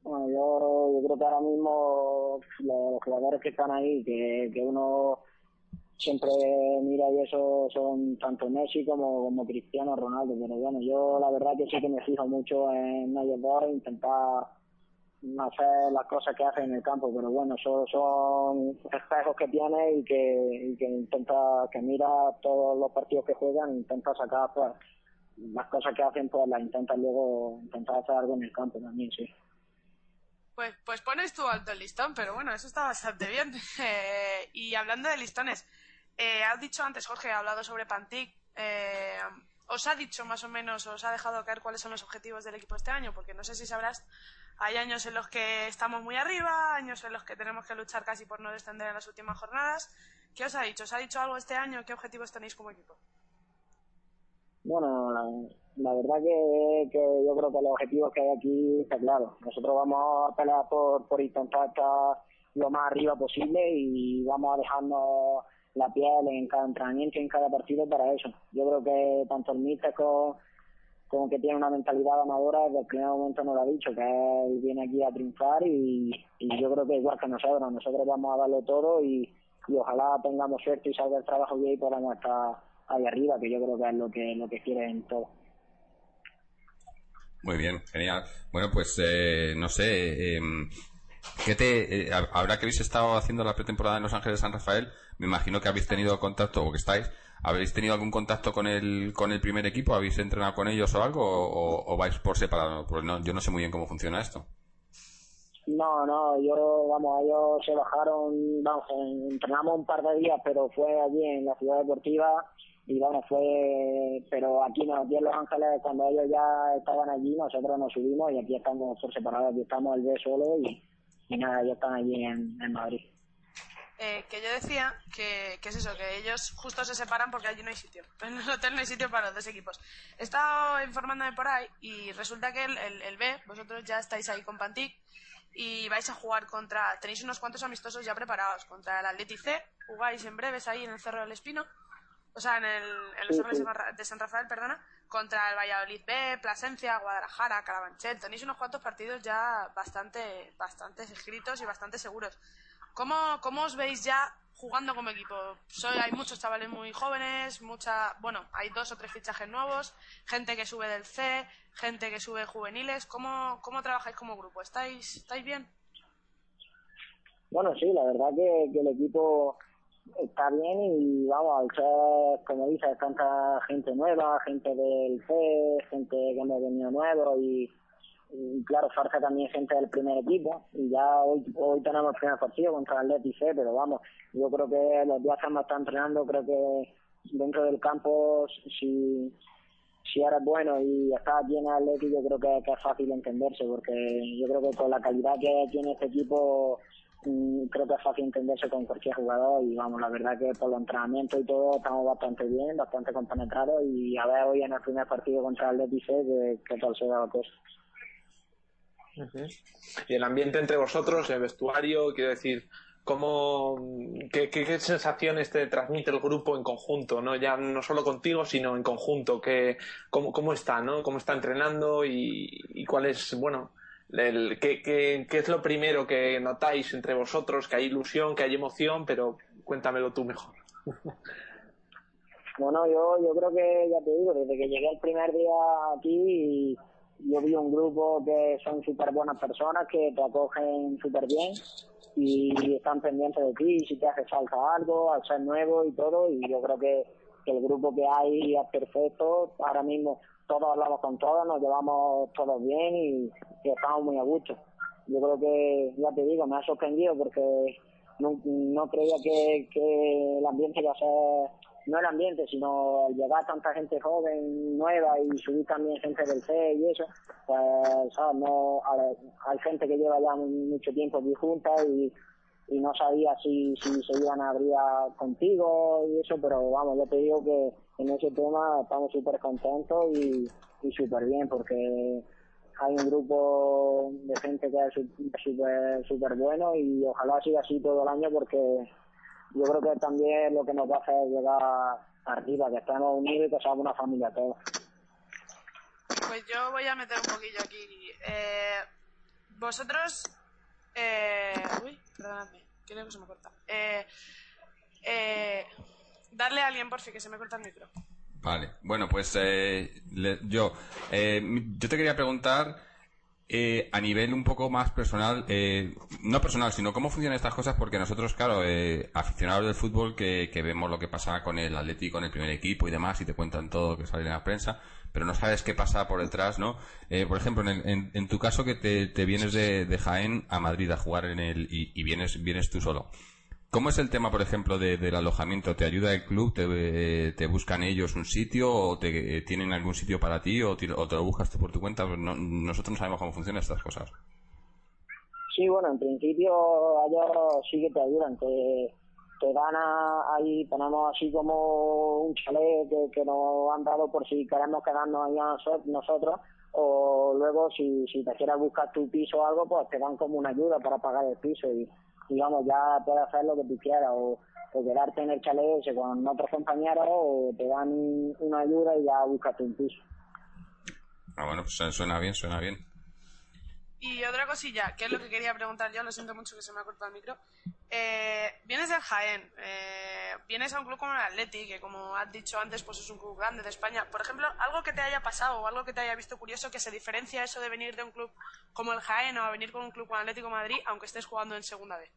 Bueno, yo creo que ahora mismo los jugadores que están ahí, que uno siempre mira y eso son tanto Messi como Cristiano Ronaldo, pero bueno, yo la verdad que sí que me fijo mucho en ellos dos, intentar hacer las cosas que hacen en el campo, pero bueno, son espejos que tiene y que intenta, que mira todos los partidos que juegan, intenta sacar pues las cosas que hacen, pues las intenta luego intentar hacer algo en el campo también, sí. Pues pones tú alto el listón, pero bueno, eso está bastante bien. Y hablando de listones, has dicho antes, Jorge, ha hablado sobre Pantic. ¿Os ha dicho más o menos, os ha dejado caer cuáles son los objetivos del equipo este año? Porque no sé si sabrás, hay años en los que estamos muy arriba, años en los que tenemos que luchar casi por no descender en las últimas jornadas. ¿Qué os ha dicho? ¿Os ha dicho algo este año? ¿Qué objetivos tenéis como equipo? Bueno, la verdad que yo creo que los objetivos que hay aquí está claro. Nosotros vamos a pelear por intentar estar lo más arriba posible y vamos a dejarnos la piel en cada entrenamiento y en cada partido para eso. Yo creo que tanto el míster como que tiene una mentalidad ganadora, desde el primer momento nos lo ha dicho, que él viene aquí a triunfar y yo creo que igual que nosotros vamos a darlo todo y ojalá tengamos suerte y salga el trabajo bien y podamos estar ahí arriba, que yo creo que es lo que quieren todos. Muy bien, genial. Bueno, pues no sé, ahora que habéis estado haciendo la pretemporada en Los Ángeles de San Rafael, me imagino que habéis tenido contacto, o que ¿habéis tenido algún contacto con el primer equipo? ¿Habéis entrenado con ellos o algo? ¿O vais por separado? Pues no, yo no sé muy bien cómo funciona esto. No, ellos se bajaron, entrenamos un par de días, pero fue allí en la ciudad deportiva y pero aquí en Los Ángeles, cuando ellos ya estaban allí, nosotros nos subimos y aquí estamos por separado, aquí estamos el B solo y nada, ellos están allí en Madrid. Que yo decía que es eso, que ellos justo se separan porque allí no hay sitio. En el hotel no hay sitio para los dos equipos. He estado informándome por ahí y resulta que el B, vosotros ya estáis ahí con Pantic y vais a jugar tenéis unos cuantos amistosos ya preparados contra el Atleti C, jugáis en breves ahí en el Cerro del Espino, o sea, en los Ángeles de San Rafael, perdona, contra el Valladolid B, Plasencia, Guadalajara, Carabanchel. Tenéis unos cuantos partidos ya bastante escritos y bastante seguros. ¿Cómo os veis ya jugando como equipo? Hay muchos chavales muy jóvenes, hay 2 o 3 fichajes nuevos, gente que sube del C, gente que sube juveniles. ¿Cómo trabajáis como grupo? ¿Estáis bien? Bueno, sí, la verdad que el equipo está bien y vamos, al ser, como dices, tanta gente nueva, gente del C, gente que hemos venido nuevo y claro, falta también gente del primer equipo y ya hoy tenemos el primer partido contra el Atleti C, pero vamos, yo creo que los días que hemos estado entrenando, creo que dentro del campo, si eres bueno y estás aquí en el Atleti, yo creo que es fácil entenderse, porque yo creo que con la calidad que tiene este equipo, creo que es fácil entenderse con cualquier jugador y vamos, la verdad que por los entrenamientos y todo estamos bastante bien, bastante compenetrados y a ver hoy en el primer partido contra el Atleti C que tal se da la cosa. Uh-huh. Y el ambiente entre vosotros, el vestuario, quiero decir, ¿qué sensaciones te transmite el grupo en conjunto, no ya no solo contigo, sino en conjunto? ¿Cómo está, no? ¿Cómo está entrenando y cuál es, bueno, qué es lo primero que notáis entre vosotros? Que hay ilusión, que hay emoción, pero cuéntamelo tú mejor. Bueno, yo creo que, ya te digo, desde que llegué el primer día aquí, yo vi un grupo que son súper buenas personas, que te acogen súper bien y están pendientes de ti, si te hace falta algo, al ser nuevo y todo, y yo creo que el grupo que hay es perfecto. Ahora mismo todos hablamos con todos, nos llevamos todos bien y estamos muy a gusto. Yo creo que, ya te digo, me ha sorprendido porque no creía que el ambiente iba a ser, no el ambiente, sino el llegar tanta gente joven, nueva y subir también gente del C y eso, pues, ¿sabes? Hay gente que lleva ya mucho tiempo aquí junta y no sabía si se iban a abrir contigo y eso, pero vamos, yo te digo que en ese tema estamos súper contentos y súper bien porque hay un grupo de gente que es súper bueno y ojalá siga así todo el año porque yo creo que también lo que nos va a hacer llegar arriba, que estemos unidos y que seamos una familia todos. Pues yo voy a meter un poquillo aquí. Vosotros... Uy, perdonadme, creo que se me corta. Darle a alguien, por fin, que se me corta el micro. Vale, bueno, pues yo te quería preguntar a nivel un poco más personal, no personal, sino cómo funcionan estas cosas, porque nosotros, claro, aficionados del fútbol, que vemos lo que pasa con el Atleti, con el primer equipo y demás, y te cuentan todo que sale en la prensa, pero no sabes qué pasa por detrás, ¿no? Por ejemplo, en tu caso, que te vienes de Jaén a Madrid a jugar y vienes tú solo. ¿Cómo es el tema, por ejemplo, del alojamiento? ¿Te ayuda el club? ¿Te buscan ellos un sitio? ¿O tienen algún sitio para ti? ¿O te lo buscas tú por tu cuenta? Pues nosotros no sabemos cómo funcionan estas cosas. Sí, bueno, en principio ellos sí que te ayudan, te dan ahí, tenemos así como un chalet que nos han dado por si queremos quedarnos ahí nosotros, o luego si te quieres buscar tu piso o algo, pues te dan como una ayuda para pagar el piso y vamos, ya puedes hacer lo que tú quieras, o quedarte en el chalet ese con otros compañeros, o te dan una ayuda y ya buscas un piso. Ah, bueno, pues suena bien, suena bien. Y otra cosilla, que es lo que quería preguntar yo, lo siento mucho que se me ha cortado el micro. Vienes del Jaén, vienes a un club como el Atleti, que como has dicho antes, pues es un club grande de España. Por ejemplo, algo que te haya pasado o algo que te haya visto curioso, que se diferencia eso de venir de un club como el Jaén o a venir con un club como el Atlético de Madrid, aunque estés jugando en Segunda B.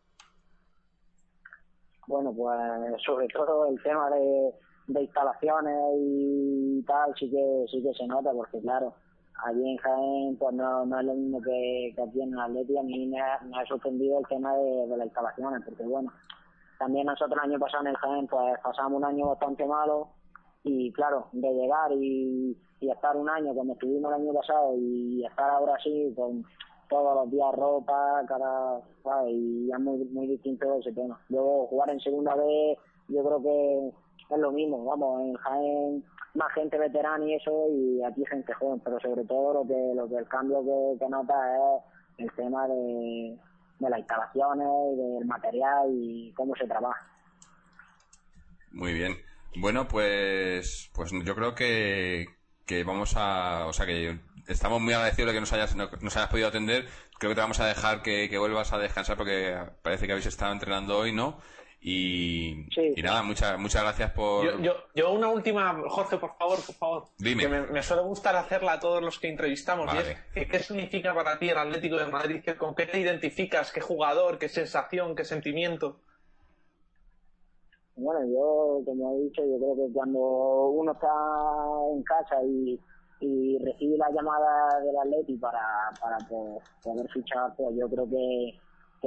Bueno, pues sobre todo el tema de instalaciones y tal, sí que se nota, porque claro, allí en Jaén pues no es lo mismo que aquí en el Atleti. A mí me ha sorprendido el tema de las instalaciones, porque bueno, también nosotros el año pasado en el Jaén pues pasamos un año bastante malo, y claro, de llegar y estar un año como estuvimos el año pasado y estar ahora así con todos los días ropa, ¿sabes? Y es muy distinto ese tema. Luego jugar en Segunda B, yo creo que es lo mismo, vamos, en Jaén más gente veterana y eso, y aquí gente joven, pero sobre todo lo que el cambio que nota es el tema de las instalaciones, del material y cómo se trabaja. Muy bien. Bueno, pues yo creo que vamos a... O sea, que estamos muy agradecidos de que nos hayas podido atender. Creo que te vamos a dejar que vuelvas a descansar, porque parece que habéis estado entrenando hoy, ¿no? Y, sí. Y nada, muchas gracias por... Yo una última, Jorge, por favor. Dime. Que me suele gustar hacerla a todos los que entrevistamos. Vale. Y es, ¿qué significa para ti el Atlético de Madrid? ¿Con qué te identificas? ¿Qué jugador? ¿Qué sensación? ¿Qué sentimiento? Bueno, yo, como he dicho, yo creo que cuando uno está en casa y recibe la llamada del Atleti para poder fichar, pues yo creo que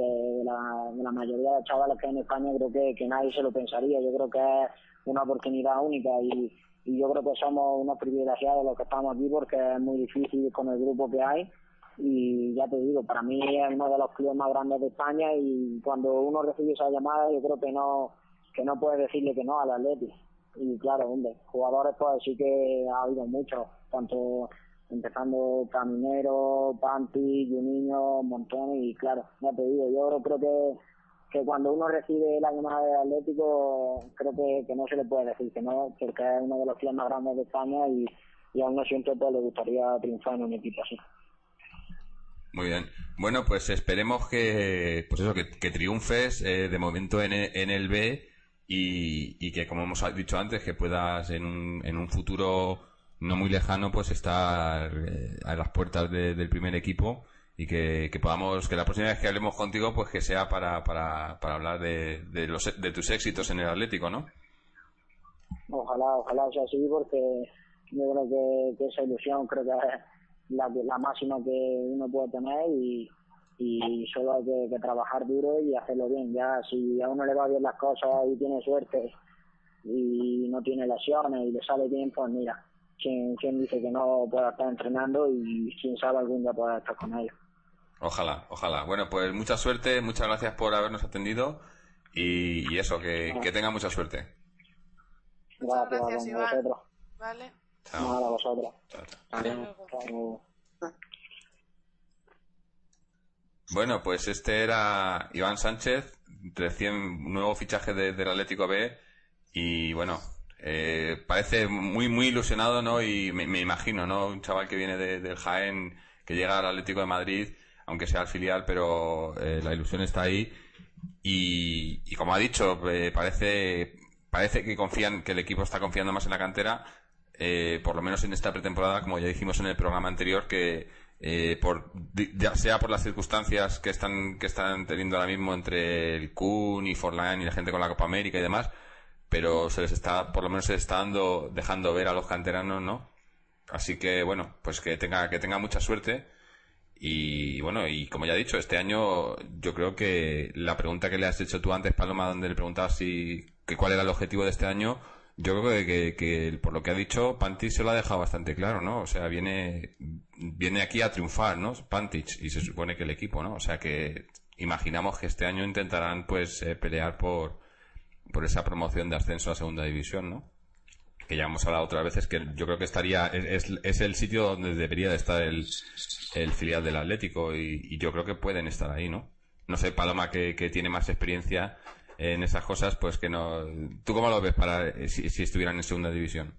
la mayoría de chavales que hay en España, creo que nadie se lo pensaría. Yo creo que es una oportunidad única y yo creo que somos unos privilegiados los que estamos aquí, porque es muy difícil con el grupo que hay. Y ya te digo, para mí es uno de los clubes más grandes de España, y cuando uno recibe esa llamada, yo creo que no puede decirle que no al Atleti. Y claro, hombre, jugadores pues sí que ha habido muchos, tanto empezando Caminero, Panti, Juninho, montones, y claro, ya te digo, yo creo que cuando uno recibe la llamada del Atlético, creo que no se le puede decir que no, porque es uno de los clubes más grandes de España, y a uno siempre pues le gustaría triunfar en un equipo así. Muy bien. Bueno, pues esperemos que triunfes de momento en el B, y que, como hemos dicho antes, que puedas en un futuro no muy lejano pues estar a las puertas del primer equipo, y que podamos, que la próxima vez que hablemos contigo pues que sea para hablar de tus éxitos en el Atlético, ¿no? Ojalá sea así, porque yo creo que esa ilusión creo que es la máxima que uno puede tener, y solo hay que trabajar duro y hacerlo bien. Ya si a uno le va bien las cosas y tiene suerte y no tiene lesiones y le sale bien, pues mira, ¿quién dice que no pueda estar entrenando? Y quién sabe, algún día pueda estar con ellos. Ojalá. Bueno, pues mucha suerte, muchas gracias por habernos atendido, y eso, que tenga mucha suerte. Muchas gracias, Gracias Iván. vosotros. Vale. Chao. Nada, a vosotros. Chao. Hasta luego. Hasta luego. Bueno, pues este era Iván Sánchez, recién nuevo fichaje del Atlético B, y bueno, parece muy ilusionado, ¿no? Y me imagino, ¿no? Un chaval que viene del Jaén, que llega al Atlético de Madrid aunque sea el filial, pero la ilusión está ahí y como ha dicho, parece que confían, que el equipo está confiando más en la cantera, por lo menos en esta pretemporada, como ya dijimos en el programa anterior, que ya sea por las circunstancias que están teniendo ahora mismo entre el Kun y Forlán y la gente con la Copa América y demás, pero por lo menos se les está dejando ver a los canteranos, ¿no? Así que bueno, pues que tenga mucha suerte. Y bueno, y como ya he dicho, este año yo creo que la pregunta que le has hecho tú antes, Paloma, donde le preguntabas cuál era el objetivo de este año, yo creo que por lo que ha dicho, Pantich se lo ha dejado bastante claro, ¿no? O sea, viene aquí a triunfar, ¿no? Pantich, y se supone que el equipo, ¿no? O sea que imaginamos que este año intentarán pues pelear por esa promoción de ascenso a segunda división, ¿no? Que ya hemos hablado otras veces, que yo creo que es el sitio donde debería de estar el filial del Atlético y yo creo que pueden estar ahí, ¿no? No sé, Paloma, que tiene más experiencia en esas cosas, pues que no. ¿Tú cómo lo ves si estuvieran en segunda división?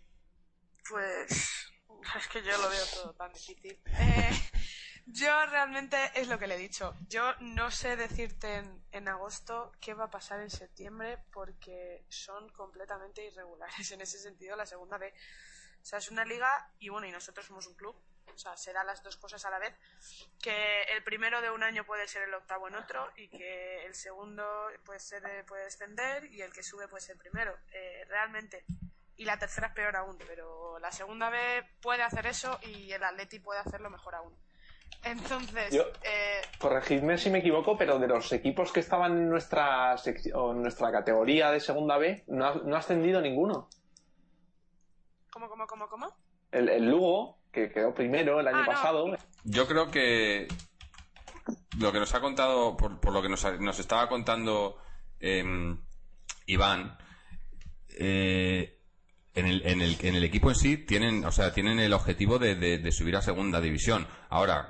Pues es que yo lo veo todo tan difícil. Yo realmente es lo que le he dicho. Yo no sé decirte en agosto qué va a pasar en septiembre porque son completamente irregulares en ese sentido la segunda B. O sea, es una liga y bueno, y nosotros somos un club. O sea, será las dos cosas a la vez. Que el primero de un año puede ser el octavo en otro y que el segundo puede descender y el que sube puede ser el primero. Realmente. Y la tercera es peor aún, pero la segunda B puede hacer eso y el Atleti puede hacerlo mejor aún. Entonces, corregidme si me equivoco, pero de los equipos que estaban en nuestra nuestra categoría de segunda B, no ha ascendido ninguno. ¿Cómo? El Lugo, que quedó primero el año pasado. No. Yo creo que lo que nos ha contado, por lo que nos estaba contando Iván, en el equipo en sí tienen el objetivo de subir a segunda división. Ahora,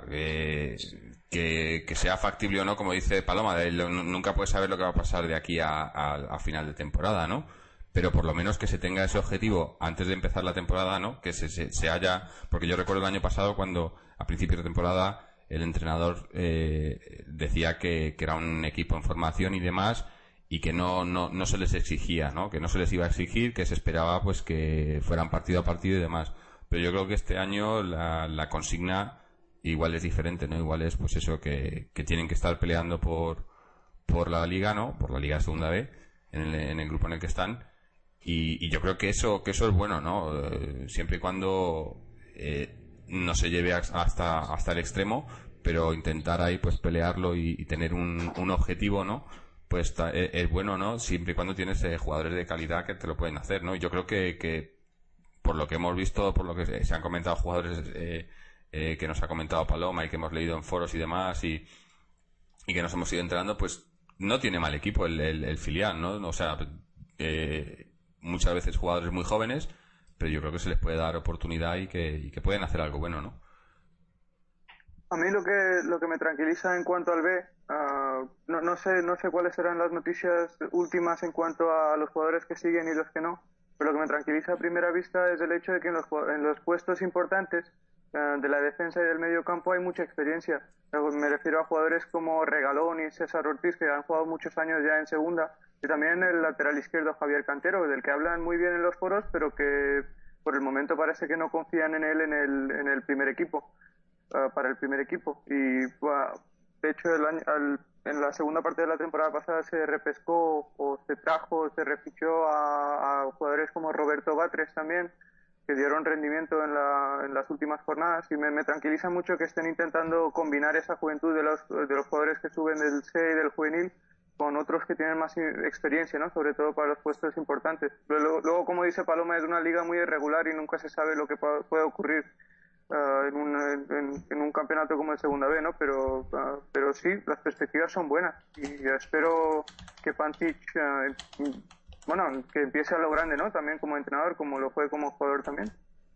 que sea factible o no, como dice Paloma, nunca puedes saber lo que va a pasar de aquí a final de temporada, ¿no? Pero por lo menos que se tenga ese objetivo antes de empezar la temporada, ¿no? Que se haya, porque yo recuerdo el año pasado cuando a principios de temporada el entrenador decía que era un equipo en formación y demás, y que no se les exigía, ¿no? Que no se les iba a exigir, que se esperaba pues que fueran partido a partido y demás. Pero yo creo que este año la consigna igual es diferente, ¿no? Igual es pues eso, que tienen que estar peleando por la liga, ¿no? Por la liga de segunda B, en el grupo en el que están. Y yo creo que eso es bueno, ¿no? Siempre y cuando no se lleve hasta el extremo, pero intentar ahí pues pelearlo y tener un objetivo, ¿no? Pues es bueno, ¿no? Siempre y cuando tienes jugadores de calidad que te lo pueden hacer, ¿no? Y yo creo que por lo que hemos visto, por lo que se han comentado jugadores que nos ha comentado Paloma y que hemos leído en foros y demás y que nos hemos ido enterando, pues no tiene mal equipo el filial, ¿no? O sea, muchas veces jugadores muy jóvenes, pero yo creo que se les puede dar oportunidad y que pueden hacer algo bueno, ¿no? A mí lo que me tranquiliza en cuanto al B, no sé cuáles serán las noticias últimas en cuanto a los jugadores que siguen y los que no, pero lo que me tranquiliza a primera vista es el hecho de que en los puestos importantes de la defensa y del medio campo hay mucha experiencia. Me refiero a jugadores como Regalón y César Ortiz, que han jugado muchos años ya en segunda, y también el lateral izquierdo Javier Cantero, del que hablan muy bien en los foros, pero que por el momento parece que no confían en él en el primer equipo. Para el primer equipo y de hecho en la segunda parte de la temporada pasada se repescó o se refichó a jugadores como Roberto Batres también, que dieron rendimiento en las últimas jornadas, y me tranquiliza mucho que estén intentando combinar esa juventud de los jugadores que suben del C y del juvenil con otros que tienen más experiencia, ¿no? Sobre todo para los puestos importantes. Luego, como dice Paloma, es una liga muy irregular y nunca se sabe lo que puede ocurrir en un campeonato como el Segunda B, ¿no? Pero sí, las perspectivas son buenas y espero que Pantich, que empiece a lo grande, ¿no? También como entrenador, como lo fue como jugador también.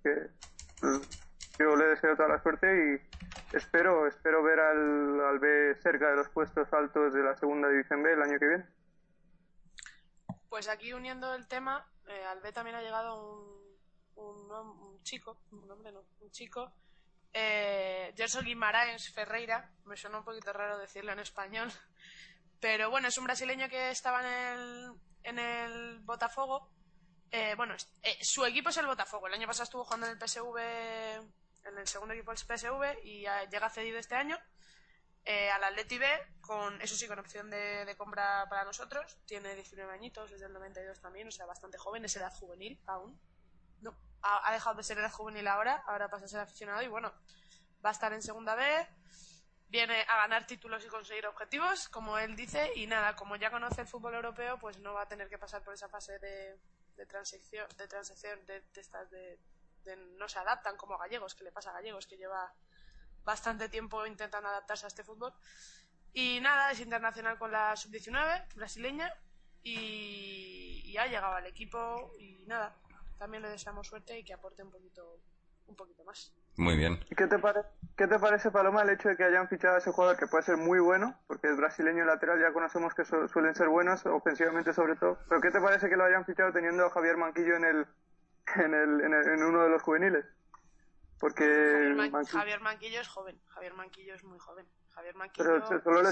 Yo le deseo toda la suerte y espero ver al B cerca de los puestos altos de la Segunda División B el año que viene. Pues aquí uniendo el tema, al B también ha llegado un chico Gerson Guimarães Ferreira, me suena un poquito raro decirlo en español, pero bueno, es un brasileño que estaba en el Botafogo. Su equipo es el Botafogo. El año pasado estuvo jugando en el PSV, en el segundo equipo del PSV, y llega cedido este año al Atleti B, eso sí, con opción de compra para nosotros. Tiene 19 añitos, es del 92 también, o sea, bastante joven, es edad juvenil aún. No, ha dejado de ser edad juvenil ahora pasa a ser aficionado y bueno, va a estar en segunda B, viene a ganar títulos y conseguir objetivos, como él dice, y nada, como ya conoce el fútbol europeo, pues no va a tener que pasar por esa fase de transición, de no se adaptan como a Gallegos, que le pasa a Gallegos, que lleva bastante tiempo intentando adaptarse a este fútbol. Y nada, es internacional con la sub-19 brasileña y ha llegado al equipo y nada, también le deseamos suerte y que aporte un poquito más. Muy bien. ¿Y qué te parece, Paloma, el hecho de que hayan fichado a ese jugador que puede ser muy bueno, porque el brasileño lateral ya conocemos que suelen ser buenos, ofensivamente sobre todo, pero qué te parece que lo hayan fichado teniendo a Javier Manquillo en uno de los juveniles? Porque Javier Manquillo es joven, Javier Manquillo es muy joven. Javier Manquillo pero solo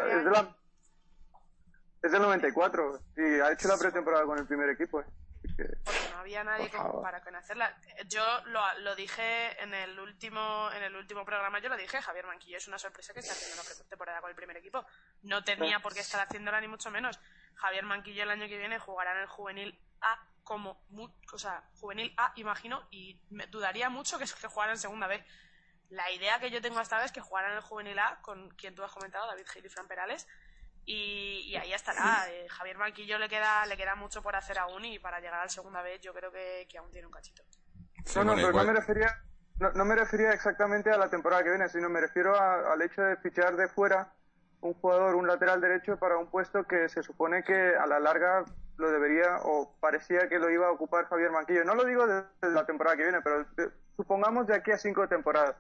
es del 94 y ha hecho la pretemporada con el primer equipo. Porque no había nadie para hacerla. Yo lo dije en el último programa, yo lo dije, Javier Manquillo es una sorpresa que está haciendo una pretemporada con el primer equipo. No tenía por qué estar haciéndola ni mucho menos. Javier Manquillo el año que viene jugará en el Juvenil A Juvenil A, imagino, y me dudaría mucho que jugara en segunda B. La idea que yo tengo hasta ahora es que jugara en el Juvenil A con quien tú has comentado, David Gil y Fran Perales, y ahí estará. Javier Manquillo le queda mucho por hacer aún, y para llegar al segunda B yo creo que aún tiene un cachito. Sí, pero igual... no me refería exactamente a la temporada que viene, sino me refiero al hecho de fichar de fuera un lateral derecho para un puesto que se supone que a la larga lo debería, o parecía que lo iba a ocupar Javier Manquillo. No lo digo desde la temporada que viene, pero supongamos de aquí a 5 temporadas.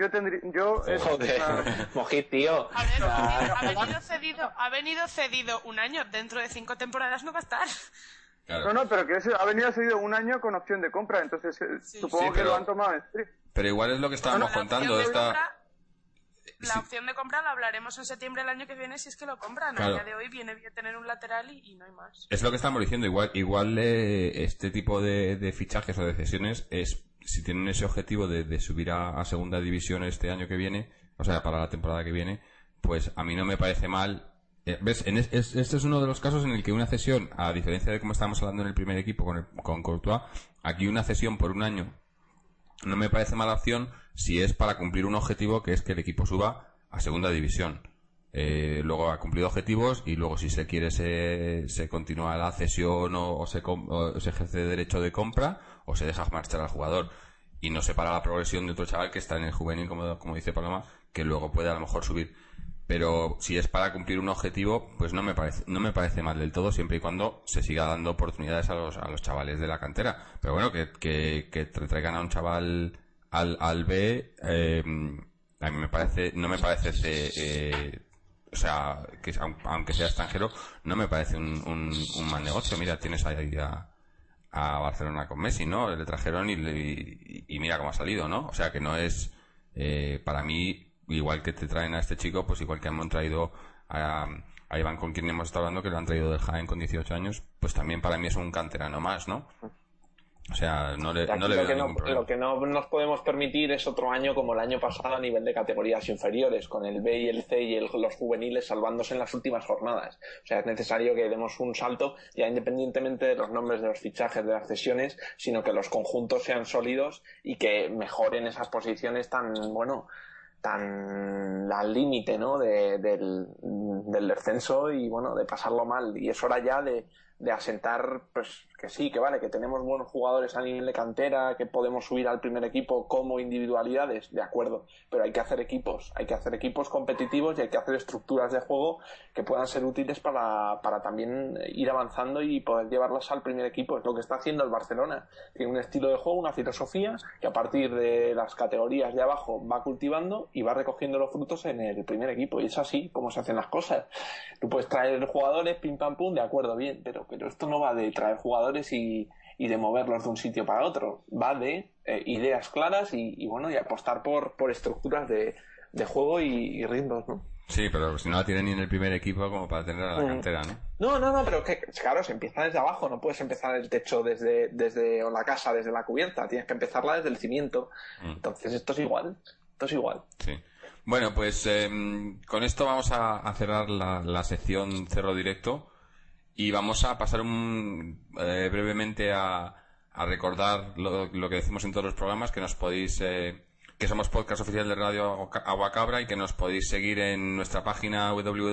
Joder, Mojit, tío. Ha venido cedido un año, dentro de 5 temporadas no va a estar. Claro. No, pero que ha venido cedido un año con opción de compra, entonces supongo que lo han tomado en serio. Pero igual es lo que estábamos contando. La opción de compra la hablaremos en septiembre del año que viene si es que lo compran. Claro. A día de hoy viene bien tener un lateral y no hay más. Es lo que estamos diciendo. Igual este tipo de fichajes o de cesiones es, si tienen ese objetivo de subir a segunda división este año que viene, o sea, para la temporada que viene, pues a mí no me parece mal. ¿Ves? Este es uno de los casos en el que una cesión, a diferencia de como estábamos hablando en el primer equipo con Courtois, aquí una cesión por un año no me parece mala opción si es para cumplir un objetivo, que es que el equipo suba a segunda división. Luego ha cumplido objetivos y luego si se quiere se continúa la cesión o se ejerce derecho de compra o se deja marchar al jugador y no se para la progresión de otro chaval que está en el juvenil, como dice Paloma, que luego puede a lo mejor subir. Pero si es para cumplir un objetivo, pues no me parece mal del todo, siempre y cuando se siga dando oportunidades a los chavales de la cantera. Pero bueno, que traigan a un chaval al B, a mí no me parece, o sea, que aunque sea extranjero, no me parece un mal negocio. Mira, tienes ahí a Barcelona con Messi, ¿no? Le trajeron y mira cómo ha salido, ¿no? O sea, que no es, para mí, igual que te traen a este chico, pues igual que hemos traído a Iván, con quien hemos estado hablando, que lo han traído del Jaén con 18 años, pues también para mí es un canterano más, ¿no? O sea, no le veo ningún problema. Lo que no nos podemos permitir es otro año como el año pasado a nivel de categorías inferiores, con el B y el C y los juveniles salvándose en las últimas jornadas. O sea, es necesario que demos un salto, ya independientemente de los nombres de los fichajes, de las cesiones, sino que los conjuntos sean sólidos y que mejoren esas posiciones tan al límite, ¿no? del descenso y bueno, de pasarlo mal. Y es hora ya de asentar, pues que sí, que vale, que tenemos buenos jugadores a nivel de cantera, que podemos subir al primer equipo como individualidades, de acuerdo, pero hay que hacer equipos competitivos y hay que hacer estructuras de juego que puedan ser útiles para también ir avanzando y poder llevarlas al primer equipo. Es lo que está haciendo el Barcelona. Tiene un estilo de juego, una filosofía que a partir de las categorías de abajo va cultivando y va recogiendo los frutos en el primer equipo, y es así como se hacen las cosas. Tú puedes traer jugadores, pim pam pum, de acuerdo, bien, pero esto no va de traer jugadores y y de moverlos de un sitio para otro. Va de ideas claras y bueno, y apostar por estructuras de juego y ritmos, ¿no? Sí, pero si no la tienen ni en el primer equipo como para tener a la cantera, ¿no? No, pero que claro, se empieza desde abajo, no puedes empezar el techo o la casa desde la cubierta, tienes que empezarla desde el cimiento. Entonces esto es igual. Sí. Bueno, pues con esto vamos a cerrar la sección Cerro Directo y vamos a pasar brevemente a recordar lo que decimos en todos los programas, que nos podéis... que somos podcast oficial de Radio Aguacabra y que nos podéis seguir en nuestra página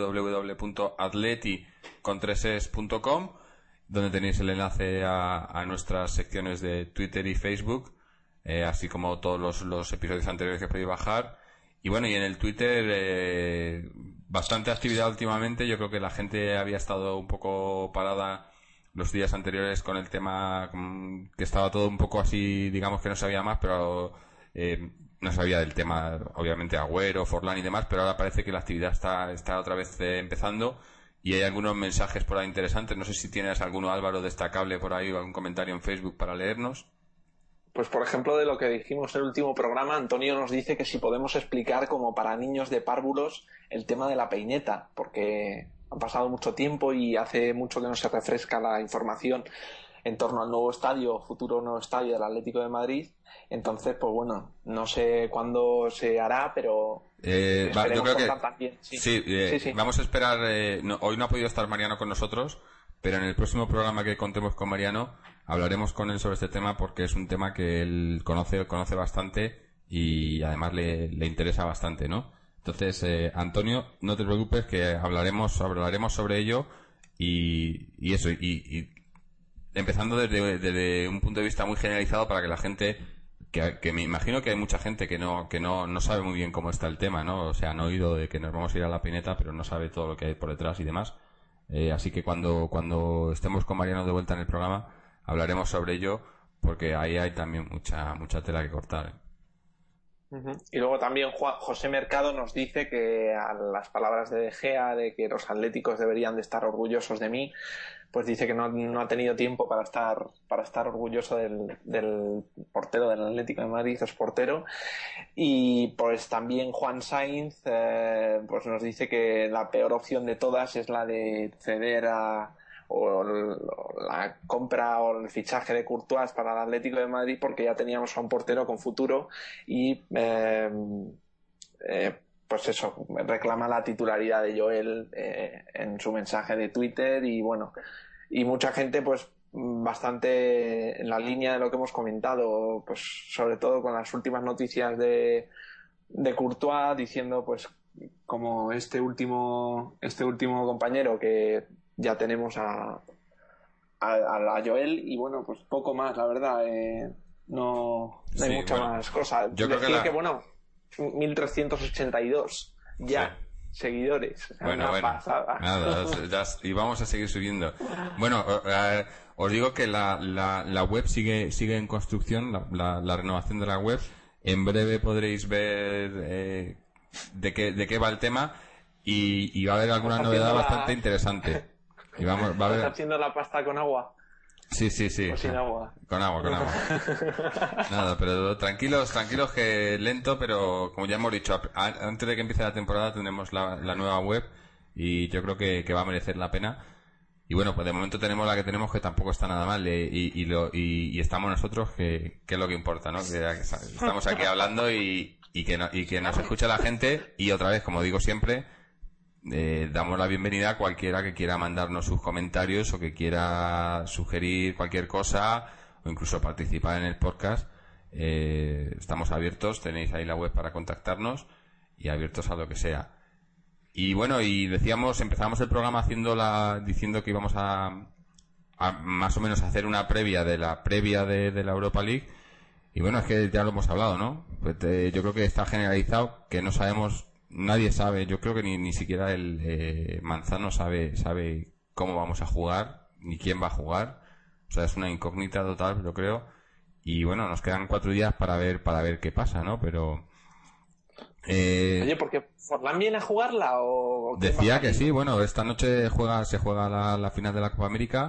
www.atleti.com, donde tenéis el enlace a nuestras secciones de Twitter y Facebook, así como todos los episodios anteriores que podéis bajar. Y bueno, y en el Twitter bastante actividad últimamente. Yo creo que la gente había estado un poco parada los días anteriores con el tema, que estaba todo un poco así, digamos que no sabía más, pero... no sabía del tema, obviamente, Agüero, Forlán y demás, pero ahora parece que la actividad está otra vez empezando y hay algunos mensajes por ahí interesantes. No sé si tienes alguno, Álvaro, destacable por ahí o algún comentario en Facebook para leernos. Pues, por ejemplo, de lo que dijimos en el último programa, Antonio nos dice que si podemos explicar como para niños de párvulos el tema de la peineta, porque ha pasado mucho tiempo y hace mucho que no se refresca la información en torno al futuro nuevo estadio del Atlético de Madrid. Entonces, pues bueno, no sé cuándo se hará, pero yo creo que también. Sí, vamos a esperar. Hoy no ha podido estar Mariano con nosotros, pero en el próximo programa que contemos con Mariano hablaremos con él sobre este tema, porque es un tema que él conoce bastante y además le interesa bastante, ¿no? Entonces, Antonio, no te preocupes, que hablaremos sobre ello y eso, y empezando desde un punto de vista muy generalizado para que la gente, que me imagino que hay mucha gente que no sabe muy bien cómo está el tema, ¿no? O sea, han oído de que nos vamos a ir a la Pineta, pero no sabe todo lo que hay por detrás y demás. Así que cuando estemos con Mariano de vuelta en el programa, hablaremos sobre ello, porque ahí hay también mucha tela que cortar. Y luego también José Mercado nos dice que a las palabras de De Gea de que los atléticos deberían de estar orgullosos de mí, pues dice que no ha tenido tiempo para estar orgulloso del portero del Atlético de Madrid, es portero. Y pues también Juan Sainz pues nos dice que la peor opción de todas es la de ceder o la compra o el fichaje de Courtois para el Atlético de Madrid, porque ya teníamos a un portero con futuro y pues eso, reclama la titularidad de Joel en su mensaje de Twitter. Y bueno, y mucha gente pues bastante en la línea de lo que hemos comentado, pues sobre todo con las últimas noticias de Courtois, diciendo pues como este último compañero que ya tenemos a Joel. Y bueno, pues poco más, la verdad. No hay mucha más cosa. Yo creo que bueno, 1382 ya seguidores. Bueno. Pasada. Nada, y vamos a seguir subiendo. Bueno, os digo que la web sigue en construcción, la renovación de la web. En breve podréis ver de qué va el tema y va a haber alguna novedad bastante interesante. Y va a haber... ¿Estás haciendo la pasta con agua? Sí. ¿O sin agua? Con agua. Nada, pero tranquilos que lento, pero como ya hemos dicho, antes de que empiece la temporada tendremos la nueva web y yo creo que va a merecer la pena. Y bueno, pues de momento tenemos la que tenemos, que tampoco está nada mal, y estamos nosotros, que es lo que importa, ¿no? Que estamos aquí hablando y que nos escucha la gente. Y otra vez, como digo siempre, damos la bienvenida a cualquiera que quiera mandarnos sus comentarios o que quiera sugerir cualquier cosa o incluso participar en el podcast. Estamos abiertos, tenéis ahí la web para contactarnos y abiertos a lo que sea. Y bueno, y empezamos el programa diciendo que íbamos a más o menos hacer una previa de la Europa League. Y bueno, es que ya lo hemos hablado, ¿no? Pues, yo creo que está generalizado, que no sabemos, nadie sabe, yo creo que ni siquiera el Manzano sabe cómo vamos a jugar, ni quién va a jugar. O sea, es una incógnita total, yo creo. Y bueno, nos quedan 4 días para ver qué pasa, ¿no? Pero... Oye, ¿porque Forlán viene a jugarla o...? Decía que sí, bueno, esta noche se juega la final de la Copa América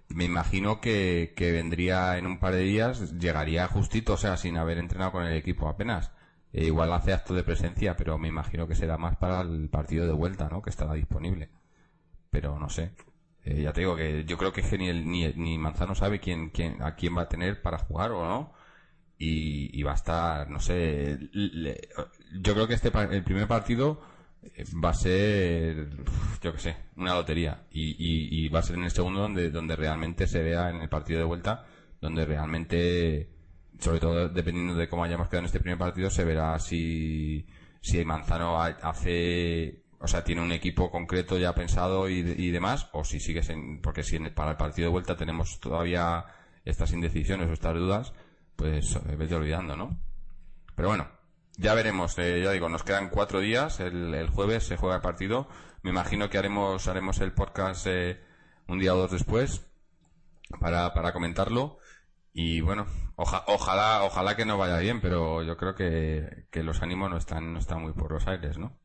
me imagino que vendría en un par de días, llegaría justito, o sea, sin haber entrenado con el equipo apenas. Igual hace acto de presencia, pero me imagino que será más para el partido de vuelta, ¿no? Que estará disponible. Pero no sé. Ya te digo que yo creo que ni Manzano sabe a quién va a tener para jugar o no. Y va a estar, no sé, yo creo que el primer partido va a ser, yo qué sé, una lotería. Y va a ser en el segundo donde realmente se vea, en el partido de vuelta, donde realmente, sobre todo dependiendo de cómo hayamos quedado en este primer partido, se verá si Manzano o sea, tiene un equipo concreto ya pensado y demás, o si sigues porque si para el partido de vuelta tenemos todavía estas indecisiones o estas dudas, pues vete olvidando, ¿no? Pero bueno, ya veremos. Ya digo, nos quedan 4 días. El jueves se juega el partido. Me imagino que haremos el podcast un día o dos después para comentarlo. Y bueno, ojalá que no vaya bien, pero yo creo que los ánimos no están muy por los aires, ¿no?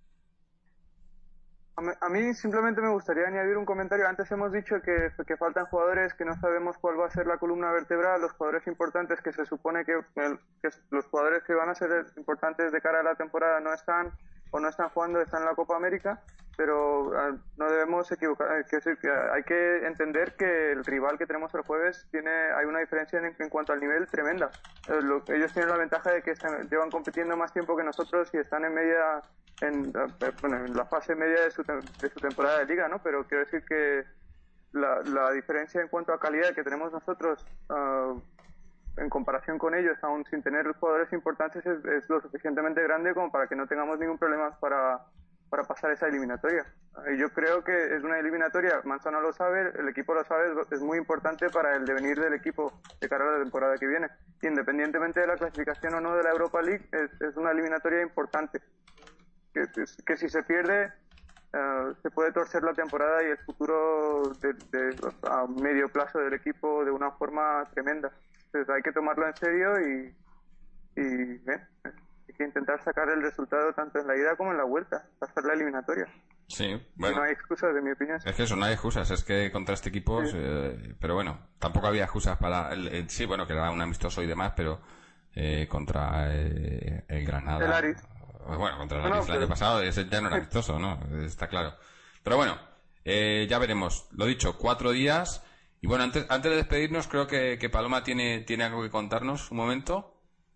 A mí simplemente me gustaría añadir un comentario. Antes hemos dicho que faltan jugadores, que no sabemos cuál va a ser la columna vertebral, los jugadores importantes que se supone que los jugadores que van a ser importantes de cara a la temporada no están o no están jugando, están en la Copa América, pero no debemos equivocar, que hay que entender que el rival que tenemos el jueves hay una diferencia en cuanto al nivel tremenda. Ellos tienen la ventaja de que llevan compitiendo más tiempo que nosotros y están en la fase media de su temporada de liga, ¿no? Pero quiero decir que la diferencia en cuanto a calidad que tenemos nosotros en comparación con ellos, aún sin tener jugadores importantes, es lo suficientemente grande como para que no tengamos ningún problema para pasar esa eliminatoria. Y yo creo que es una eliminatoria, Manzano lo sabe, el equipo lo sabe, es muy importante para el devenir del equipo de cara a la temporada que viene. Independientemente de la clasificación o no de la Europa League, es una eliminatoria importante. Que si se pierde, se puede torcer la temporada y el futuro a medio plazo del equipo de una forma tremenda. Entonces hay que tomarlo en serio y hay que intentar sacar el resultado tanto en la ida como en la vuelta, pasar la eliminatoria. Sí, bueno. No hay excusas, de mi opinión. Es que eso, no hay excusas. Es que contra este equipo, sí. Pero bueno, tampoco había excusas para sí, bueno, que era un amistoso y demás, pero contra el Granada. El Aris. Bueno, contra el Aris el año pasado, ese ya no era amistoso, ¿no? Está claro. Pero bueno, ya veremos. Lo dicho, 4 días. Y bueno, antes de despedirnos, creo que Paloma tiene algo que contarnos. Un momento.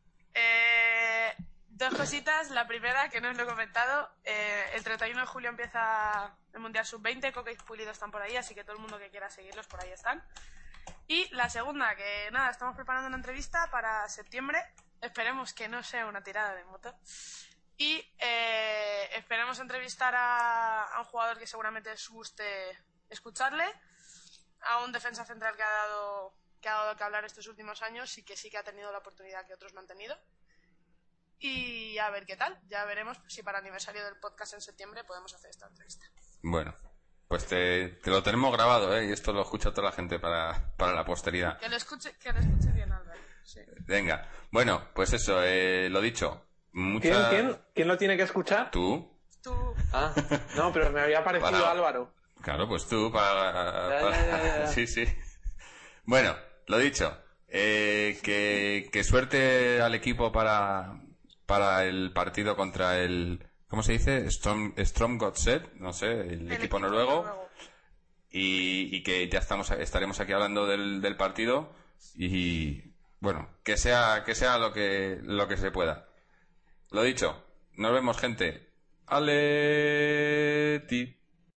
2 cositas. La primera, que no os lo he comentado, el 31 de julio empieza el Mundial Sub-20, Coca y Pulido están por ahí, así que todo el mundo que quiera seguirlos por ahí están. Y la segunda, que nada, estamos preparando una entrevista para septiembre, esperemos que no sea una tirada de moto, y esperemos entrevistar a un jugador que seguramente os guste escucharle, a un defensa central que ha dado que hablar estos últimos años y que sí que ha tenido la oportunidad que otros no han tenido. Y a ver qué tal, ya veremos si para el aniversario del podcast en septiembre podemos hacer esta entrevista. Bueno, pues te lo tenemos grabado, y esto lo escucha toda la gente para la posteridad. Que lo escuche bien, Álvaro. Sí. Venga, bueno, pues eso, lo dicho. ¿Quién lo tiene que escuchar? Tú. Ah, no, pero me había parecido Álvaro. Claro, pues tú, ya. Sí. Bueno, lo dicho, que suerte al equipo para el partido contra el, ¿cómo se dice? Strømgodset, no sé, el equipo noruego. Y que ya estaremos aquí hablando del partido y bueno, que sea lo que se pueda. Lo dicho, nos vemos, gente. ¡Aleti!